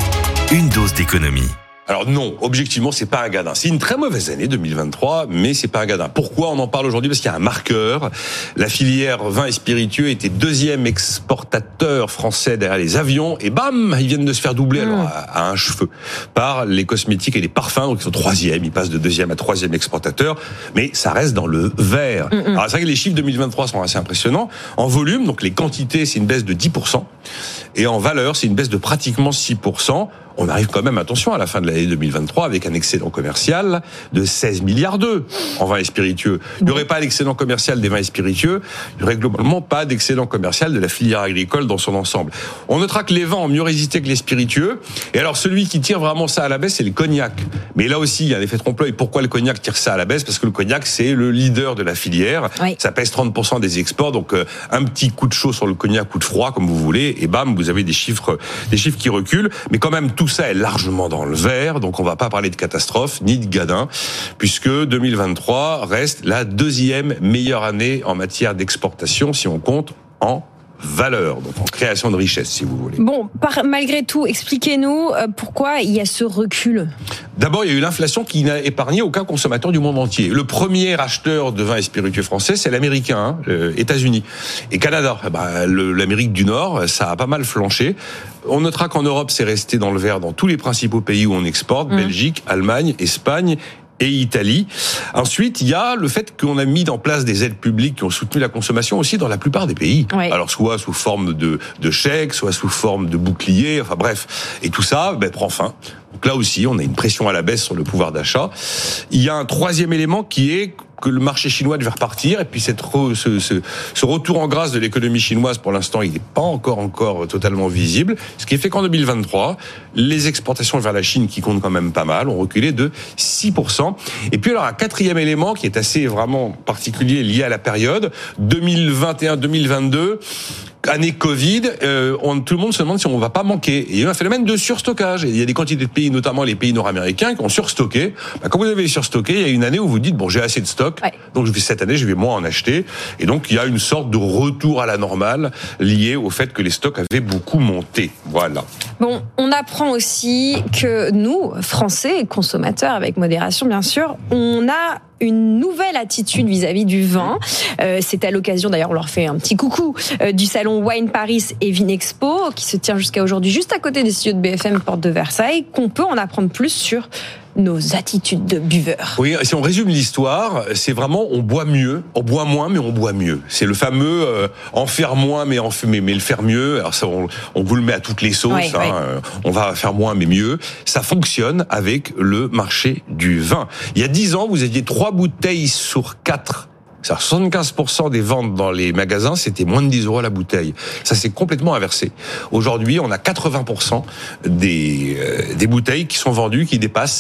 Une dose d'économie. Alors non, objectivement, c'est pas un gadin. C'est une très mauvaise année deux mille vingt-trois, mais c'est pas un gadin. Pourquoi on en parle aujourd'hui ? Parce qu'il y a un marqueur. La filière vin et spiritueux était deuxième exportateur français derrière les avions, et bam, ils viennent de se faire doubler mmh. alors à, à un cheveu par les cosmétiques et les parfums. Donc ils sont troisième, ils passent de deuxième à troisième exportateur, mais ça reste dans le vert. Mmh. Alors c'est vrai que les chiffres deux mille vingt-trois sont assez impressionnants. En volume, donc les quantités, c'est une baisse de dix pour cent, et en valeur, c'est une baisse de pratiquement six pour cent. On arrive quand même, attention, à la fin de l'année deux mille vingt-trois avec un excédent commercial de seize milliards d'euros en vins et spiritueux. Il n'y aurait pas l'excédent commercial des vins et spiritueux, il n'y aurait globalement pas d'excédent commercial de la filière agricole dans son ensemble. On notera que les vins ont mieux résisté que les spiritueux. Et alors, celui qui tire vraiment ça à la baisse, c'est le cognac. Mais là aussi, il y a un effet trompe-l'œil. Pourquoi le cognac tire ça à la baisse ? Parce que le cognac, c'est le leader de la filière. Oui. Ça pèse trente pour cent des exports. Donc, euh, un petit coup de chaud sur le cognac, coup de froid, comme vous voulez, et bam, vous avez des chiffres, des chiffres qui reculent. Mais quand même, tout ça est largement dans le vert, donc on va pas parler de catastrophe ni de gadin, puisque deux mille vingt-trois reste la deuxième meilleure année en matière d'exportation si on compte en valeur, donc en création de richesse, si vous voulez. Bon, par, malgré tout, expliquez-nous euh, pourquoi il y a ce recul. D'abord, il y a eu l'inflation qui n'a épargné aucun consommateur du monde entier. Le premier acheteur de vins et spiritueux français, c'est l'américain, hein, les États-Unis. Et Canada, bah, le, l'Amérique du Nord, ça a pas mal flanché. On notera qu'en Europe, c'est resté dans le vert dans tous les principaux pays où on exporte, mmh. Belgique, Allemagne, Espagne et Italie. Ensuite, il y a le fait qu'on a mis en place des aides publiques qui ont soutenu la consommation aussi dans la plupart des pays. Oui. Alors, soit sous forme de, de chèques, soit sous forme de boucliers, enfin bref. Et tout ça, ben, prend fin. Donc là aussi, on a une pression à la baisse sur le pouvoir d'achat. Il y a un troisième élément qui est que le marché chinois devait repartir, et puis cette re, ce, ce, ce retour en grâce de l'économie chinoise, pour l'instant, il n'est pas encore encore totalement visible. Ce qui fait qu'en deux mille vingt-trois, les exportations vers la Chine, qui comptent quand même pas mal, ont reculé de six pour cent. Et puis alors un quatrième élément qui est assez vraiment particulier lié à la période deux mille vingt et un deux mille vingt-deux. Année Covid, euh, on, tout le monde se demande si on va pas manquer. Et il y a un phénomène de surstockage. Et il y a des quantités de pays, notamment les pays nord-américains, qui ont surstocké. Bah, quand vous avez surstocké, il y a une année où vous dites, bon, j'ai assez de stock, ouais. donc cette année, je vais moins en acheter. Et donc, il y a une sorte de retour à la normale lié au fait que les stocks avaient beaucoup monté. Voilà. Bon, on apprend aussi que nous, Français, consommateurs, avec modération, bien sûr, on a une nouvelle attitude vis-à-vis du vin. Euh, c'est à l'occasion, d'ailleurs, on leur fait un petit coucou, euh, du salon Wine Paris et Vinexpo, qui se tient jusqu'à aujourd'hui juste à côté des studios de B F M, porte de Versailles, qu'on peut en apprendre plus sur nos attitudes de buveurs. Oui, si on résume l'histoire, c'est vraiment on boit mieux, on boit moins mais on boit mieux. C'est le fameux euh, en faire moins mais en mais, mais le faire mieux. Alors ça, on, on vous le met à toutes les sauces. Oui, hein, oui. Euh, on va faire moins mais mieux. Ça fonctionne avec le marché du vin. Il y a dix ans, vous aviez trois bouteilles sur quatre. C'est-à-dire soixante-quinze pour cent des ventes dans les magasins, c'était moins de dix euros la bouteille. Ça s'est complètement inversé. Aujourd'hui, on a quatre-vingts pour cent des, euh, des bouteilles qui sont vendues, qui dépassent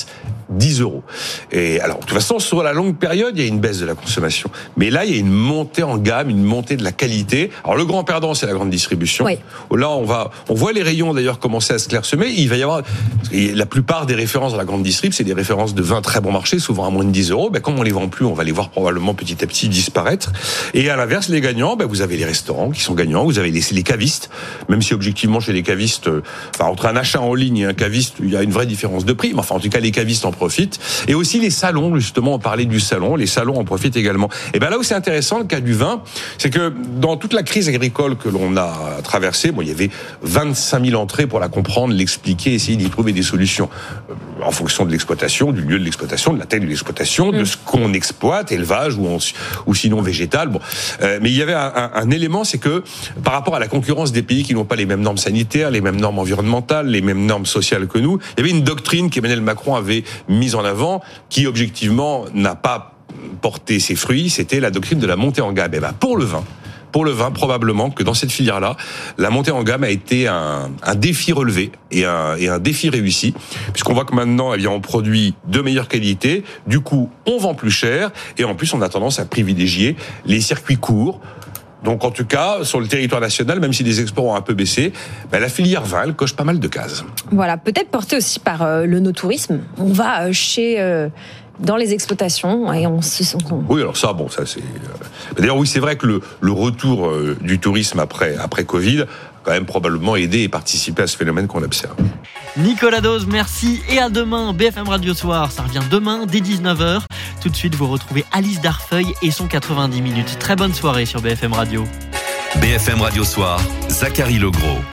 dix euros. Et alors, de toute façon, sur la longue période, il y a une baisse de la consommation. Mais là, il y a une montée en gamme, une montée de la qualité. Alors, le grand perdant, c'est la grande distribution. Oui. Là, on va, on voit les rayons d'ailleurs commencer à se clairsemer. Il va y avoir, la plupart des références dans la grande distrib, c'est des références de vins très bon marché, souvent à moins de dix euros. Ben, comme on les vend plus, on va les voir probablement petit à petit disparaître. Et à l'inverse, les gagnants, ben, vous avez les restaurants qui sont gagnants, vous avez les, les cavistes, même si objectivement, chez les cavistes, euh, enfin, entre un achat en ligne et un caviste, il y a une vraie différence de prix. Mais enfin, en tout cas, les cavistes en profitent. Et aussi les salons, justement, on parlait du salon, les salons en profitent également. Et ben là où c'est intéressant, le cas du vin, c'est que dans toute la crise agricole que l'on a traversée, bon, il y avait vingt-cinq mille entrées pour la comprendre, l'expliquer, essayer d'y trouver des solutions. En fonction de l'exploitation, du lieu de l'exploitation, de la taille de l'exploitation, mmh. de ce qu'on exploite, élevage ou, en, ou sinon végétal. Bon, euh, mais il y avait un, un, un élément, c'est que par rapport à la concurrence des pays qui n'ont pas les mêmes normes sanitaires, les mêmes normes environnementales, les mêmes normes sociales que nous, il y avait une doctrine qu'Emmanuel Macron avait mise en avant, qui objectivement n'a pas porté ses fruits. C'était la doctrine de la montée en gamme. Et ben pour le vin. Pour le vin, probablement que dans cette filière-là, la montée en gamme a été un, un défi relevé et un, et un défi réussi, puisqu'on voit que maintenant, eh bien, on produit de meilleure qualité, du coup, on vend plus cher, et en plus, on a tendance à privilégier les circuits courts. Donc, en tout cas, sur le territoire national, même si les exports ont un peu baissé, ben, la filière vin, elle coche pas mal de cases. Voilà, peut-être porté aussi par euh, le no-tourisme. On va euh, chez... Euh dans les exploitations et on se on... Oui, alors ça, bon, ça c'est. D'ailleurs, oui, c'est vrai que le, le retour euh, du tourisme après après Covid a quand même probablement aidé et participé à ce phénomène qu'on observe. Nicolas Dose, merci et à demain. B F M Radio Soir, ça revient demain dès dix-neuf heures. Tout de suite, vous retrouvez Alice Darfeuille et son quatre-vingt-dix minutes. Très bonne soirée sur B F M Radio. B F M Radio Soir, Zachary Legros.